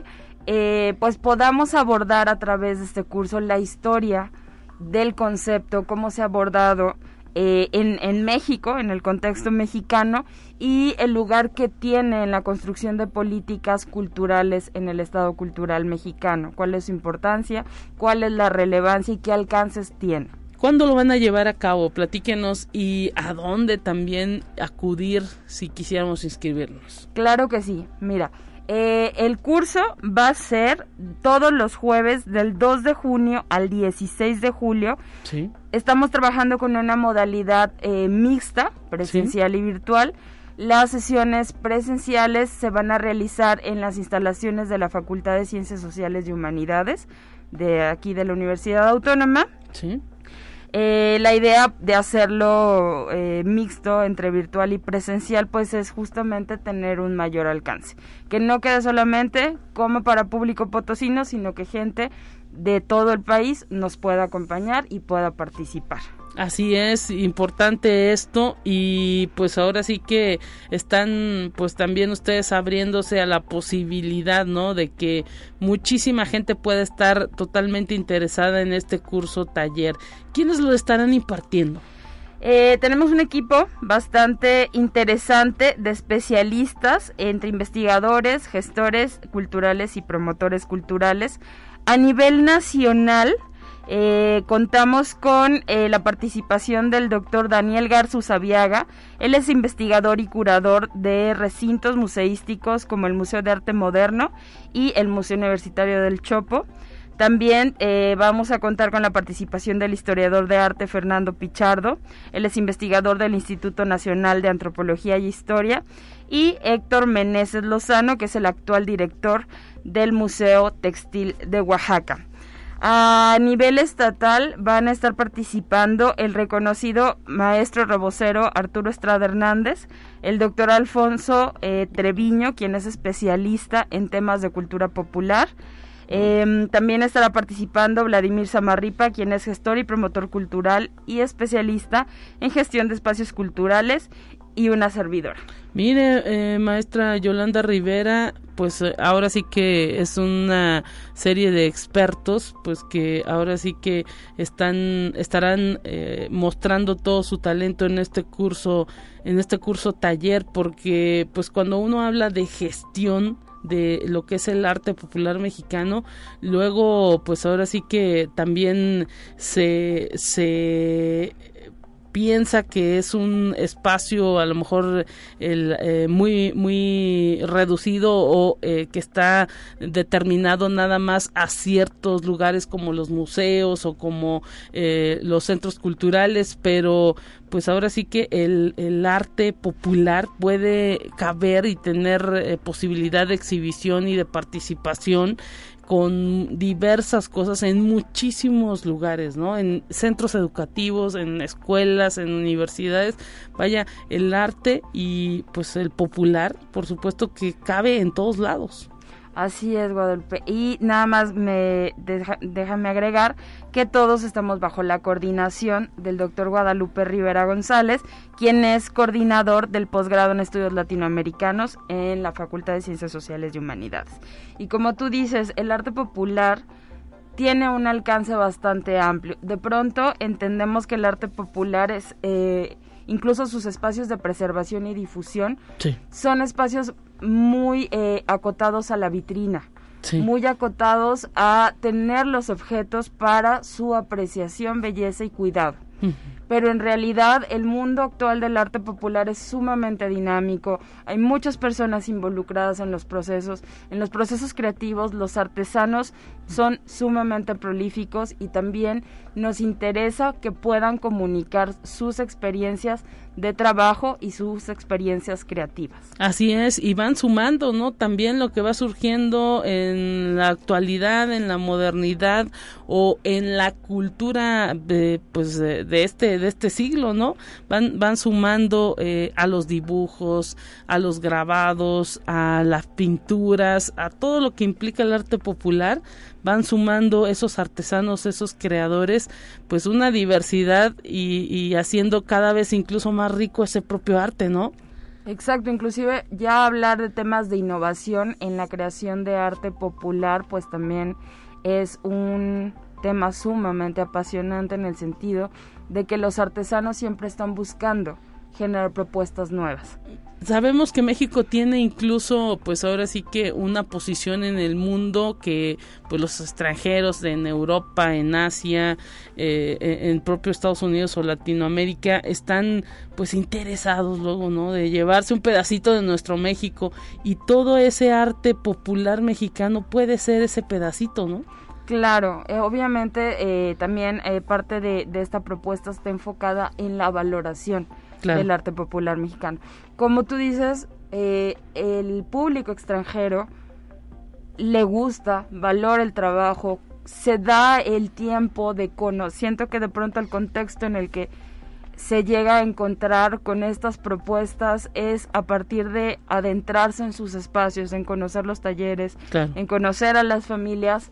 eh, pues podamos abordar a través de este curso la historia del concepto, cómo se ha abordado eh, en, en México, en el contexto mexicano, y el lugar que tiene en la construcción de políticas culturales en el Estado cultural mexicano, cuál es su importancia, cuál es la relevancia y qué alcances tiene. ¿Cuándo lo van a llevar a cabo? Platíquenos, y a dónde también acudir si quisiéramos inscribirnos. Claro que sí, mira, eh, el curso va a ser todos los jueves del dos de junio al dieciséis de julio. Sí. Estamos trabajando con una modalidad eh, mixta, presencial sí. y virtual. Las sesiones presenciales se van a realizar en las instalaciones de la Facultad de Ciencias Sociales y Humanidades, de aquí de la Universidad Autónoma. Sí. Eh, la idea de hacerlo eh, mixto entre virtual y presencial pues es justamente tener un mayor alcance, que no quede solamente como para público potosino, sino que gente de todo el país nos pueda acompañar y pueda participar. Así es, importante esto, y pues ahora sí que están pues también ustedes abriéndose a la posibilidad, ¿no?, de que muchísima gente pueda estar totalmente interesada en este curso taller. ¿Quiénes lo estarán impartiendo? Eh, tenemos un equipo bastante interesante de especialistas entre investigadores, gestores culturales y promotores culturales. A nivel nacional, Eh, contamos con eh, la participación del doctor Daniel Garzuzaviaga. Él es investigador y curador de recintos museísticos como el Museo de Arte Moderno y el Museo Universitario del Chopo. También eh, vamos a contar con la participación del historiador de arte Fernando Pichardo. Él es investigador del Instituto Nacional de Antropología y Historia. Y Héctor Meneses Lozano, que es el actual director del Museo Textil de Oaxaca. A nivel estatal van a estar participando el reconocido maestro rebocero Arturo Estrada Hernández, el doctor Alfonso eh, Treviño, quien es especialista en temas de cultura popular. Eh, también estará participando Vladimir Samarripa, quien es gestor y promotor cultural y especialista en gestión de espacios culturales, y una servidora. Mire, eh, maestra Yolanda Rivera, pues eh, ahora sí que es una serie de expertos, pues que ahora sí que están estarán eh, mostrando todo su talento en este curso, en este curso taller, porque pues cuando uno habla de gestión de lo que es el arte popular mexicano, luego pues ahora sí que también se se piensa que es un espacio a lo mejor el, eh, muy muy reducido o eh, que está determinado nada más a ciertos lugares como los museos o como eh, los centros culturales, pero pues ahora sí que el, el arte popular puede caber y tener eh, posibilidad de exhibición y de participación con diversas cosas en muchísimos lugares, ¿no? En centros educativos, en escuelas, en universidades. Vaya, el arte y pues el popular, por supuesto que cabe en todos lados. Así es, Guadalupe. Y nada más me deja, déjame agregar que todos estamos bajo la coordinación del doctor Guadalupe Rivera González, quien es coordinador del posgrado en estudios latinoamericanos en la Facultad de Ciencias Sociales y Humanidades. Y como tú dices, el arte popular tiene un alcance bastante amplio. De pronto entendemos que el arte popular es... Eh, incluso sus espacios de preservación y difusión sí. son espacios muy eh, acotados a la vitrina, sí. muy acotados a tener los objetos para su apreciación, belleza y cuidado. Uh-huh. Pero en realidad el mundo actual del arte popular es sumamente dinámico, hay muchas personas involucradas en los procesos, en los procesos creativos, los artesanos son sumamente prolíficos y también nos interesa que puedan comunicar sus experiencias de trabajo y sus experiencias creativas. Así es, y van sumando, ¿no? También lo que va surgiendo en la actualidad, en la modernidad o en la cultura de, pues, de, de este de este siglo, ¿no? Van van sumando eh, a los dibujos, a los grabados, a las pinturas, a todo lo que implica el arte popular. Van sumando esos artesanos, esos creadores, pues una diversidad y, y haciendo cada vez incluso más rico ese propio arte, ¿no? Exacto, inclusive ya hablar de temas de innovación en la creación de arte popular, pues también es un tema sumamente apasionante en el sentido de que los artesanos siempre están buscando generar propuestas nuevas. Sabemos que México tiene incluso, pues ahora sí que una posición en el mundo que pues los extranjeros en Europa, en Asia, eh, en propio Estados Unidos o Latinoamérica están pues interesados luego, ¿no? De llevarse un pedacito de nuestro México, y todo ese arte popular mexicano puede ser ese pedacito, ¿no? Claro, eh, obviamente eh, también eh, parte de, de esta propuesta está enfocada en la valoración claro. del arte popular mexicano. Como tú dices, eh, el público extranjero le gusta, valora el trabajo, se da el tiempo de conocer. Siento que de pronto el contexto en el que se llega a encontrar con estas propuestas es a partir de adentrarse en sus espacios, en conocer los talleres, claro. en conocer a las familias.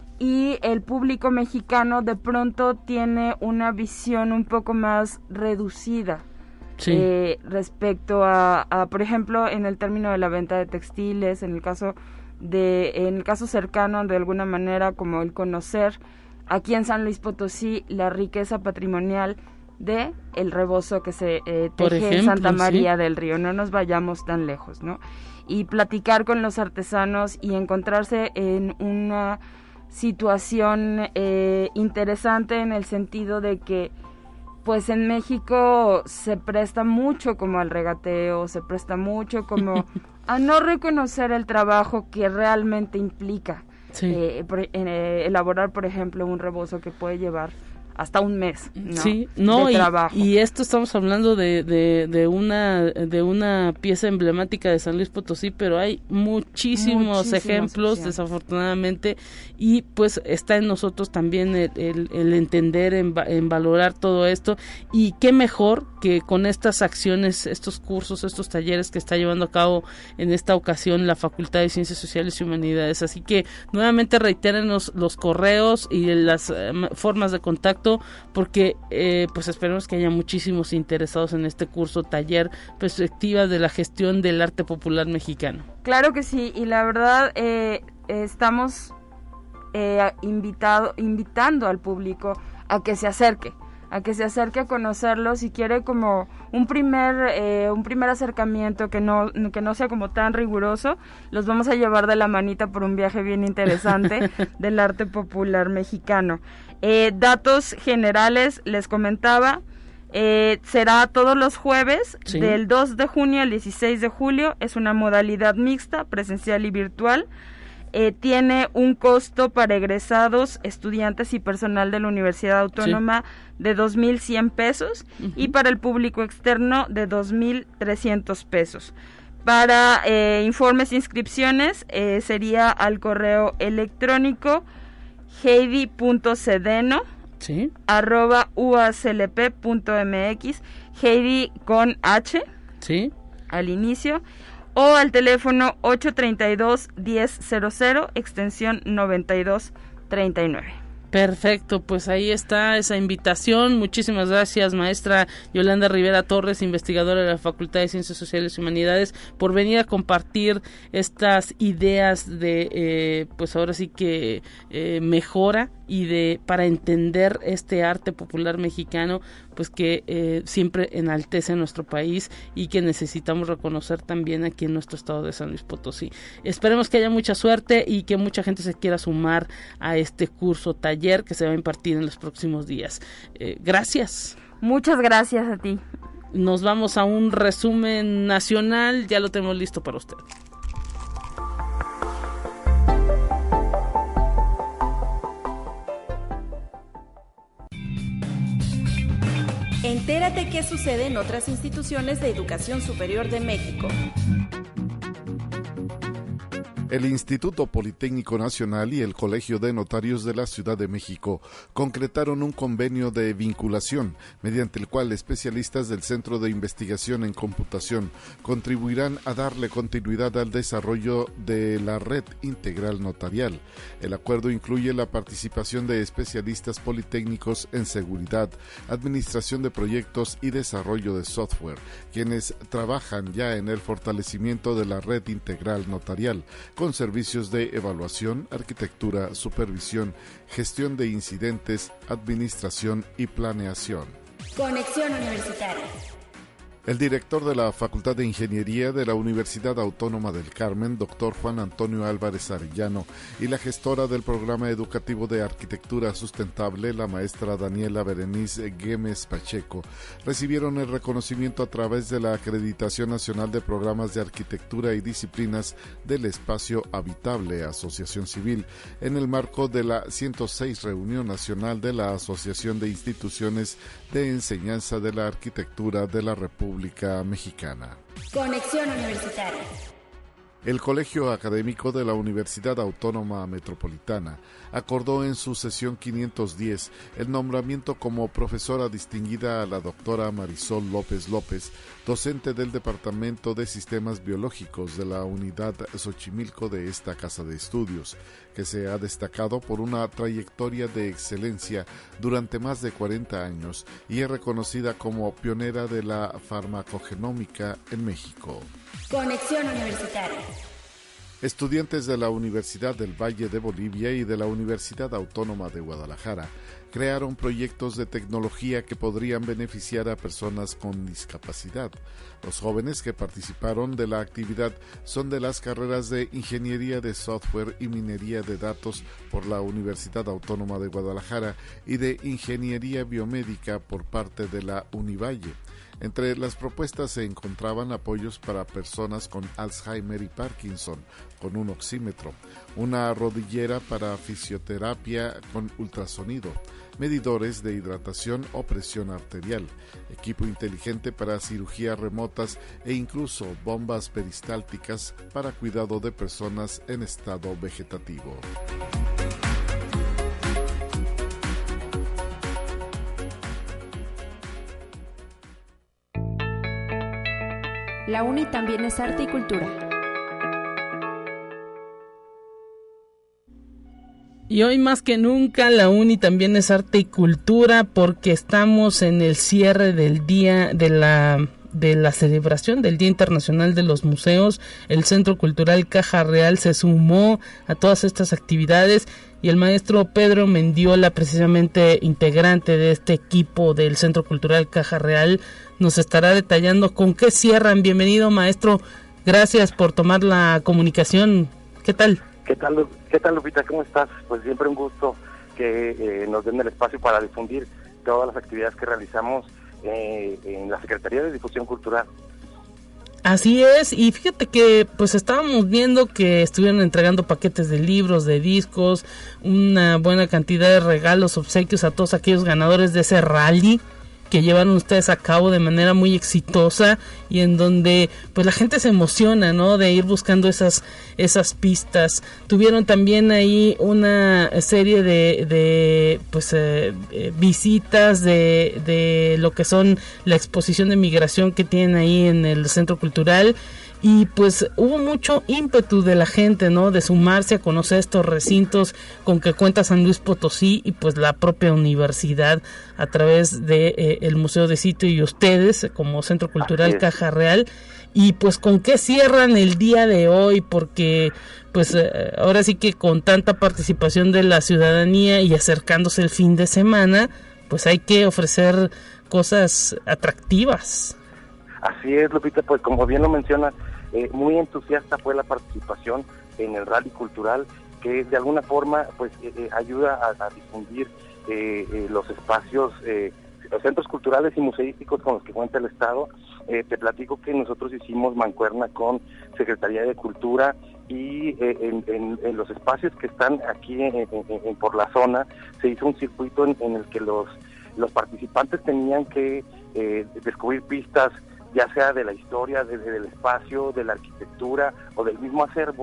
Y el público mexicano de pronto tiene una visión un poco más reducida sí. eh, respecto a, a, por ejemplo, en el término de la venta de textiles, en el caso de, en el caso cercano de alguna manera, como el conocer aquí en San Luis Potosí la riqueza patrimonial de el rebozo que se eh, teje ejemplo, en Santa María sí. del Río. No nos vayamos tan lejos, ¿no? Y platicar con los artesanos y encontrarse en una situación eh, interesante en el sentido de que pues en México se presta mucho como al regateo, se presta mucho como a no reconocer el trabajo que realmente implica sí. eh, por, eh, elaborar, por ejemplo, un rebozo que puede llevar hasta un mes, ¿no? Sí, no, de y, trabajo. Y esto estamos hablando de, de, de una de una pieza emblemática de San Luis Potosí, pero hay muchísimos, muchísimos ejemplos, opciones. Desafortunadamente, y pues está en nosotros también el, el, el entender, en, en valorar todo esto, y qué mejor que con estas acciones, estos cursos, estos talleres que está llevando a cabo en esta ocasión la Facultad de Ciencias Sociales y Humanidades. Así que nuevamente reitérenos los correos y las eh, formas de contacto, porque eh, pues esperemos que haya muchísimos interesados en este curso, taller, perspectiva de la gestión del arte popular mexicano. Claro que sí, y la verdad eh, estamos eh, invitado, invitando al público a que se acerque, a que se acerque a conocerlo, si quiere como un primer eh, un primer acercamiento que no que no sea como tan riguroso. Los vamos a llevar de la manita por un viaje bien interesante del arte popular mexicano. Eh, datos generales, les comentaba, eh, será todos los jueves, sí. del dos de junio al dieciséis de julio, es una modalidad mixta, presencial y virtual. Eh, tiene un costo para egresados, estudiantes y personal de la Universidad Autónoma sí. de dos mil cien pesos uh-huh. y para el público externo de dos mil trescientos pesos. Para eh, informes e inscripciones eh, sería al correo electrónico heidi punto cedeno sí. arroba uaclp punto mx, Heidi con H sí. al inicio, o al teléfono ocho treinta y dos, diez cero cero, extensión noventa y dos treinta y nueve. Perfecto, pues ahí está esa invitación. Muchísimas gracias, maestra Yolanda Rivera Torres, investigadora de la Facultad de Ciencias Sociales y Humanidades, por venir a compartir estas ideas de, eh, pues ahora sí que eh, mejora y de para entender este arte popular mexicano, pues que eh, siempre enaltece nuestro país y que necesitamos reconocer también aquí en nuestro estado de San Luis Potosí. Esperemos que haya mucha suerte y que mucha gente se quiera sumar a este curso taller que se va a impartir en los próximos días. Eh, gracias. Muchas gracias a ti. Nos vamos a un resumen nacional, ya lo tenemos listo para usted. Entérate qué sucede en otras instituciones de educación superior de México. El Instituto Politécnico Nacional y el Colegio de Notarios de la Ciudad de México concretaron un convenio de vinculación, mediante el cual especialistas del Centro de Investigación en Computación contribuirán a darle continuidad al desarrollo de la red integral notarial. El acuerdo incluye la participación de especialistas politécnicos en seguridad, administración de proyectos y desarrollo de software, quienes trabajan ya en el fortalecimiento de la red integral notarial, con servicios de evaluación, arquitectura, supervisión, gestión de incidentes, administración y planeación. Conexión Universitaria. El director de la Facultad de Ingeniería de la Universidad Autónoma del Carmen, doctor Juan Antonio Álvarez Arellano, y la gestora del Programa Educativo de Arquitectura Sustentable, la maestra Daniela Berenice Güemes Pacheco, recibieron el reconocimiento a través de la Acreditación Nacional de Programas de Arquitectura y Disciplinas del Espacio Habitable, Asociación Civil, en el marco de la ciento seis Reunión Nacional de la Asociación de Instituciones de Enseñanza de la Arquitectura de la República Mexicana. Conexión Universitaria. El Colegio Académico de la Universidad Autónoma Metropolitana acordó en su sesión quinientos diez el nombramiento como profesora distinguida a la doctora Marisol López López, docente del Departamento de Sistemas Biológicos de la Unidad Xochimilco de esta casa de estudios, que se ha destacado por una trayectoria de excelencia durante más de cuarenta años y es reconocida como pionera de la farmacogenómica en México. Conexión Universitaria. Estudiantes de la Universidad del Valle de Bolivia y de la Universidad Autónoma de Guadalajara crearon proyectos de tecnología que podrían beneficiar a personas con discapacidad. Los jóvenes que participaron de la actividad son de las carreras de Ingeniería de Software y Minería de Datos por la Universidad Autónoma de Guadalajara y de Ingeniería Biomédica por parte de la Univalle. Entre las propuestas se encontraban apoyos para personas con Alzheimer y Parkinson con un oxímetro, una rodillera para fisioterapia con ultrasonido, medidores de hidratación o presión arterial, equipo inteligente para cirugías remotas e incluso bombas peristálticas para cuidado de personas en estado vegetativo. La UNI también es arte y cultura. Y hoy más que nunca la UNI también es arte y cultura, porque estamos en el cierre del día de la de la celebración del Día Internacional de los Museos. El Centro Cultural Caja Real se sumó a todas estas actividades y el maestro Pedro Mendiola, precisamente integrante de este equipo del Centro Cultural Caja Real, nos estará detallando con qué cierran. Bienvenido, maestro, gracias por tomar la comunicación. ¿Qué tal? ¿Qué tal, qué tal Lupita? ¿Cómo estás? Pues siempre un gusto que eh, nos den el espacio para difundir todas las actividades que realizamos eh, en la Secretaría de Difusión Cultural. Así es, y fíjate que pues estábamos viendo que estuvieron entregando paquetes de libros, de discos, una buena cantidad de regalos, obsequios a todos aquellos ganadores de ese rally que llevaron ustedes a cabo de manera muy exitosa y en donde pues la gente se emociona, ¿no?, de ir buscando esas esas pistas. Tuvieron también ahí una serie de, de pues eh, eh, visitas de, de lo que son la exposición de migración que tienen ahí en el Centro Cultural. Y pues hubo mucho ímpetu de la gente, ¿no?, de sumarse a conocer estos recintos con que cuenta San Luis Potosí y pues la propia universidad a través de eh, el Museo de Sitio y ustedes como Centro Cultural Caja Real. Y pues con qué cierran el día de hoy, porque pues eh, ahora sí que con tanta participación de la ciudadanía y acercándose el fin de semana, pues hay que ofrecer cosas atractivas. Así es, Lupita, pues como bien lo mencionas, eh, muy entusiasta fue la participación en el rally cultural, que de alguna forma pues eh, eh, ayuda a, a difundir eh, eh, los espacios, eh, los centros culturales y museísticos con los que cuenta el Estado. Eh, te platico que nosotros hicimos mancuerna con Secretaría de Cultura y eh, en, en, en los espacios que están aquí en, en, en, por la zona se hizo un circuito en, en el que los, los participantes tenían que eh, descubrir pistas, ya sea de la historia, de, de, del espacio, de la arquitectura o del mismo acervo,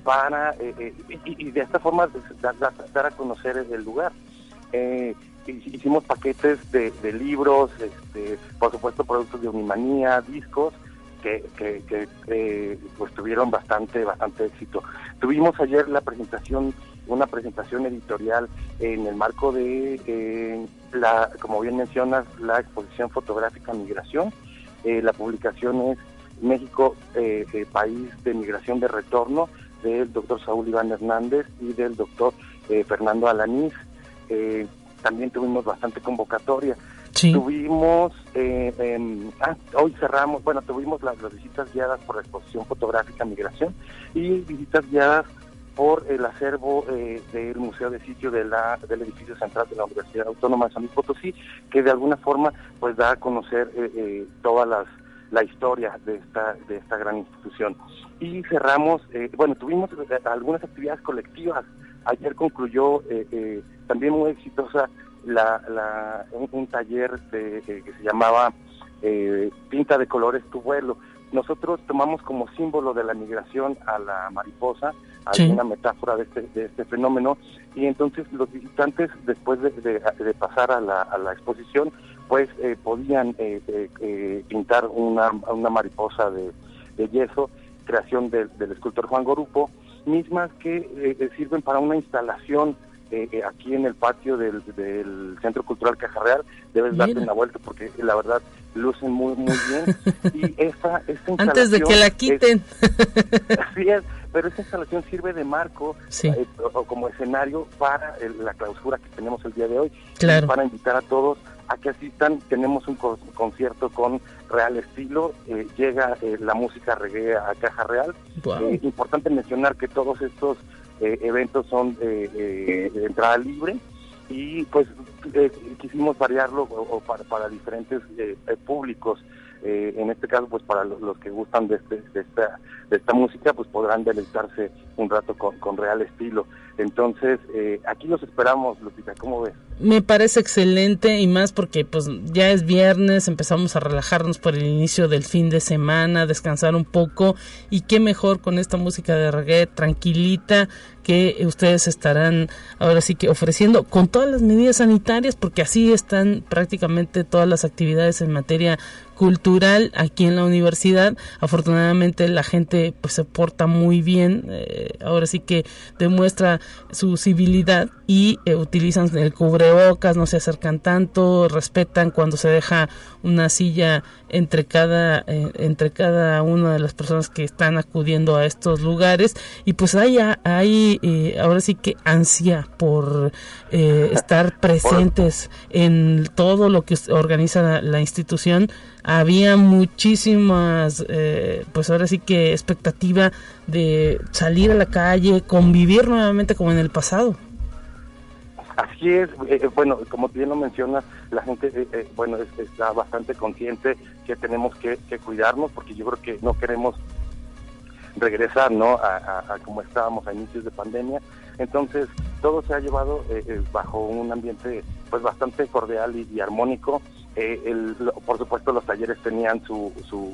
para eh, eh, y, y de esta forma dar, dar, dar a conocer el lugar. Eh, hicimos paquetes de, de libros, este, por supuesto productos de Unimanía, discos, que, que, que eh, pues tuvieron bastante bastante éxito. Tuvimos ayer la presentación, una presentación editorial en el marco de eh, la, como bien mencionas, la exposición fotográfica Migración. Eh, la publicación es México, eh, eh, país de migración de retorno, del doctor Saúl Iván Hernández y del doctor eh, Fernando Alanís. Eh, también tuvimos bastante convocatoria. Sí. Tuvimos, eh, eh, ah, hoy cerramos, bueno, tuvimos las, las visitas guiadas por la exposición fotográfica Migración y visitas guiadas por el acervo eh, del Museo de Sitio de la, del edificio central de la Universidad Autónoma de San Luis Potosí, que de alguna forma pues da a conocer eh, eh, todas las la historia de esta de esta gran institución. Y cerramos, eh, bueno, tuvimos eh, algunas actividades colectivas. Ayer concluyó eh, eh, también muy exitosa la, la un, un taller de, eh, que se llamaba eh, Pinta de colores tu vuelo. Nosotros tomamos como símbolo de la migración a la mariposa, sí, alguna metáfora de este, de este fenómeno, y entonces los visitantes, después de, de, de pasar a la, a la exposición, pues eh, podían eh, eh, eh, pintar una, una mariposa de, de yeso, creación de, del escultor Juan Gorupo, mismas que eh, sirven para una instalación eh, eh, aquí en el patio del, del Centro Cultural Caja Real. Debes Mira. darte una vuelta porque la verdad lucen muy muy bien. Y esta, esta instalación... Antes de que la quiten. Es, así es, pero esta instalación sirve de marco, sí, eh, o, o como escenario para el, la clausura que tenemos el día de hoy. Claro. Para invitar a todos a que asistan. Tenemos un co- concierto con Real Estilo, eh, llega eh, la música reggae a Caja Real. Wow. Eh, importante mencionar que todos estos eh, eventos son eh, eh, de entrada libre y pues eh, quisimos variarlo o, o para, para diferentes eh, públicos. Eh, en este caso, pues para los, los que gustan de, este, de, esta, de esta música, pues podrán deleitarse un rato con, con Real Estilo. Entonces, eh, aquí los esperamos, Lupita, ¿cómo ves? Me parece excelente, y más porque pues ya es viernes, empezamos a relajarnos por el inicio del fin de semana, descansar un poco, y qué mejor con esta música de reggae tranquilita que ustedes estarán ahora sí que ofreciendo con todas las medidas sanitarias, porque así están prácticamente todas las actividades en materia cultural aquí en la universidad. Afortunadamente la gente pues se porta muy bien, eh, ahora sí que demuestra su civilidad y eh, utilizan el cubrebocas, no se acercan tanto, respetan cuando se deja una silla entre cada eh, entre cada una de las personas que están acudiendo a estos lugares, y pues hay, hay eh, ahora sí que ansia por eh, estar presentes en todo lo que organiza la, la institución. Había muchísimas, eh, pues ahora sí que expectativa de salir a la calle, convivir nuevamente como en el pasado. Así es, eh, bueno, como bien lo mencionas, la gente, eh, eh, bueno, es, está bastante consciente que tenemos que, que cuidarnos, porque yo creo que no queremos regresar, ¿no?, a, a, a como estábamos a inicios de pandemia. Entonces, todo se ha llevado eh, eh, bajo un ambiente, pues, bastante cordial y, y armónico. Eh, el, lo, por supuesto, los talleres tenían su, su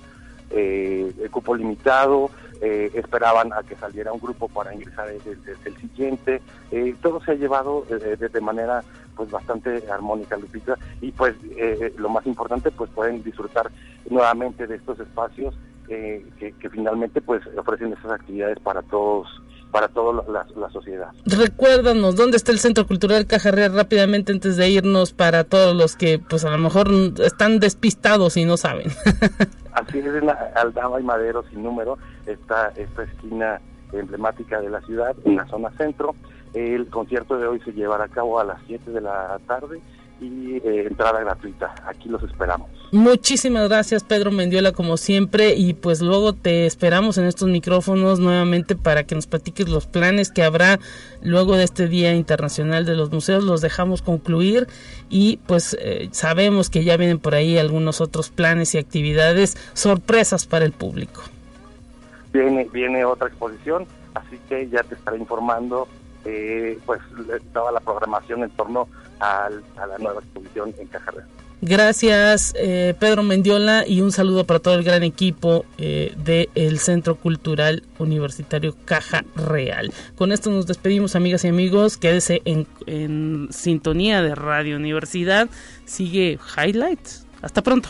eh, cupo limitado, eh, esperaban a que saliera un grupo para ingresar el, el, el siguiente. Eh, todo se ha llevado eh, de, de manera pues bastante armónica, Lupita, y pues eh, lo más importante, pues pueden disfrutar nuevamente de estos espacios eh, que, que finalmente pues ofrecen esas actividades para todos, para toda la, la sociedad. Recuérdanos, ¿dónde está el Centro Cultural Caja Real rápidamente antes de irnos, para todos los que pues a lo mejor están despistados y no saben? Así es, en la Aldama y Madero sin número, está esta esquina emblemática de la ciudad, en la zona centro. El concierto de hoy se llevará a cabo a las siete de la tarde y eh, entrada gratuita. Aquí los esperamos. Muchísimas gracias, Pedro Mendiola, como siempre, y pues luego te esperamos en estos micrófonos nuevamente para que nos platiques los planes que habrá luego de este Día Internacional de los Museos. Los dejamos concluir y pues eh, sabemos que ya vienen por ahí algunos otros planes y actividades, sorpresas para el público. Viene, viene otra exposición, así que ya te estaré informando eh, pues toda la programación en torno al, a la nueva exposición en Caja Real. Gracias, eh, Pedro Mendiola, y un saludo para todo el gran equipo eh, del Centro Cultural Universitario Caja Real. Con esto nos despedimos, amigas y amigos. Quédese en, en sintonía de Radio Universidad. Sigue Highlights. Hasta pronto.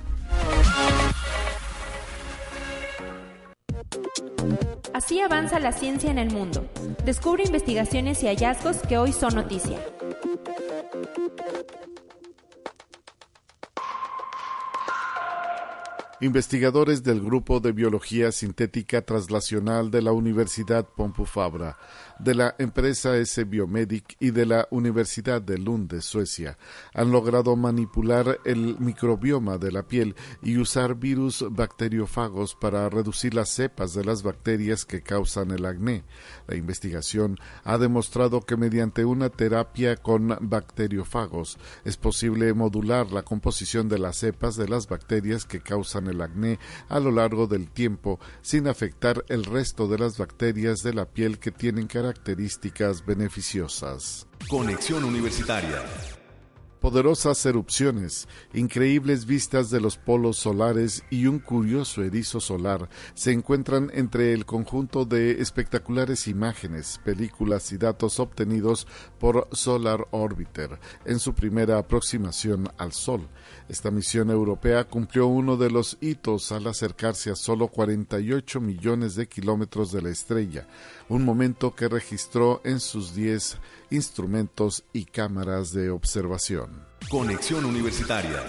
Así avanza la ciencia en el mundo. Descubre investigaciones y hallazgos que hoy son noticia. Investigadores del Grupo de Biología Sintética Translacional de la Universidad Pompeu Fabra, de la empresa S-Biomedic y de la Universidad de Lund de Suecia han logrado manipular el microbioma de la piel y usar virus bacteriófagos para reducir las cepas de las bacterias que causan el acné. La investigación ha demostrado que mediante una terapia con bacteriófagos es posible modular la composición de las cepas de las bacterias que causan el acné a lo largo del tiempo sin afectar el resto de las bacterias de la piel que tienen características beneficiosas. Conexión Universitaria. Poderosas erupciones, increíbles vistas de los polos solares y un curioso erizo solar se encuentran entre el conjunto de espectaculares imágenes, películas y datos obtenidos por Solar Orbiter en su primera aproximación al Sol. Esta misión europea cumplió uno de los hitos al acercarse a solo cuarenta y ocho millones de kilómetros de la estrella, un momento que registró en sus diez instrumentos y cámaras de observación. Conexión Universitaria.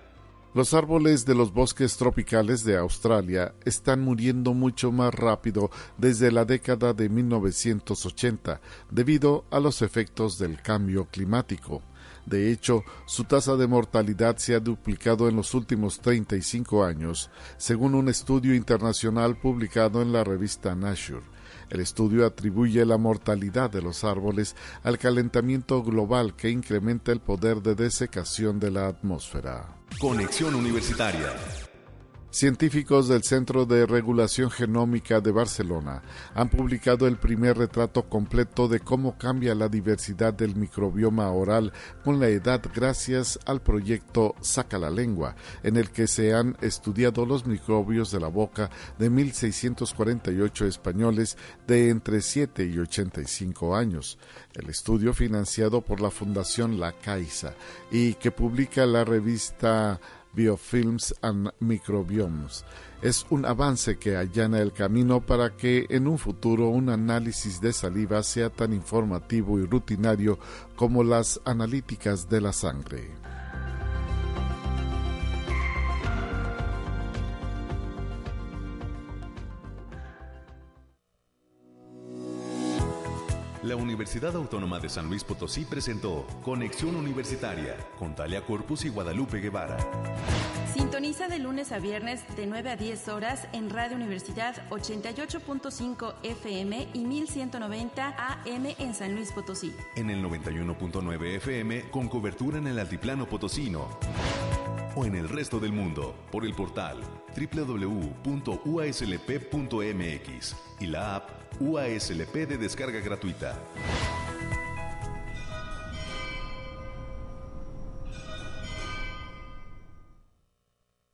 Los árboles de los bosques tropicales de Australia están muriendo mucho más rápido desde la década de mil novecientos ochenta debido a los efectos del cambio climático. De hecho, su tasa de mortalidad se ha duplicado en los últimos treinta y cinco años, según un estudio internacional publicado en la revista Nature. El estudio atribuye la mortalidad de los árboles al calentamiento global que incrementa el poder de desecación de la atmósfera. Conexión Universitaria. Científicos del Centro de Regulación Genómica de Barcelona han publicado el primer retrato completo de cómo cambia la diversidad del microbioma oral con la edad gracias al proyecto Saca la Lengua, en el que se han estudiado los microbios de la boca de mil seiscientos cuarenta y ocho españoles de entre siete y ochenta y cinco años. El estudio, financiado por la Fundación La Caixa y que publica la revista Biofilms and Microbiomes, es un avance que allana el camino para que en un futuro un análisis de saliva sea tan informativo y rutinario como las analíticas de la sangre. La Universidad Autónoma de San Luis Potosí presentó Conexión Universitaria con Talia Corpus y Guadalupe Guevara. Sintoniza de lunes a viernes de nueve a diez horas en Radio Universidad ochenta y ocho punto cinco F M y mil ciento noventa A M en San Luis Potosí. En el noventa y uno punto nueve F M con cobertura en el altiplano potosino. O en el resto del mundo por el portal doble u doble u doble u punto u a s l p punto m x y la app U A S L P de descarga gratuita.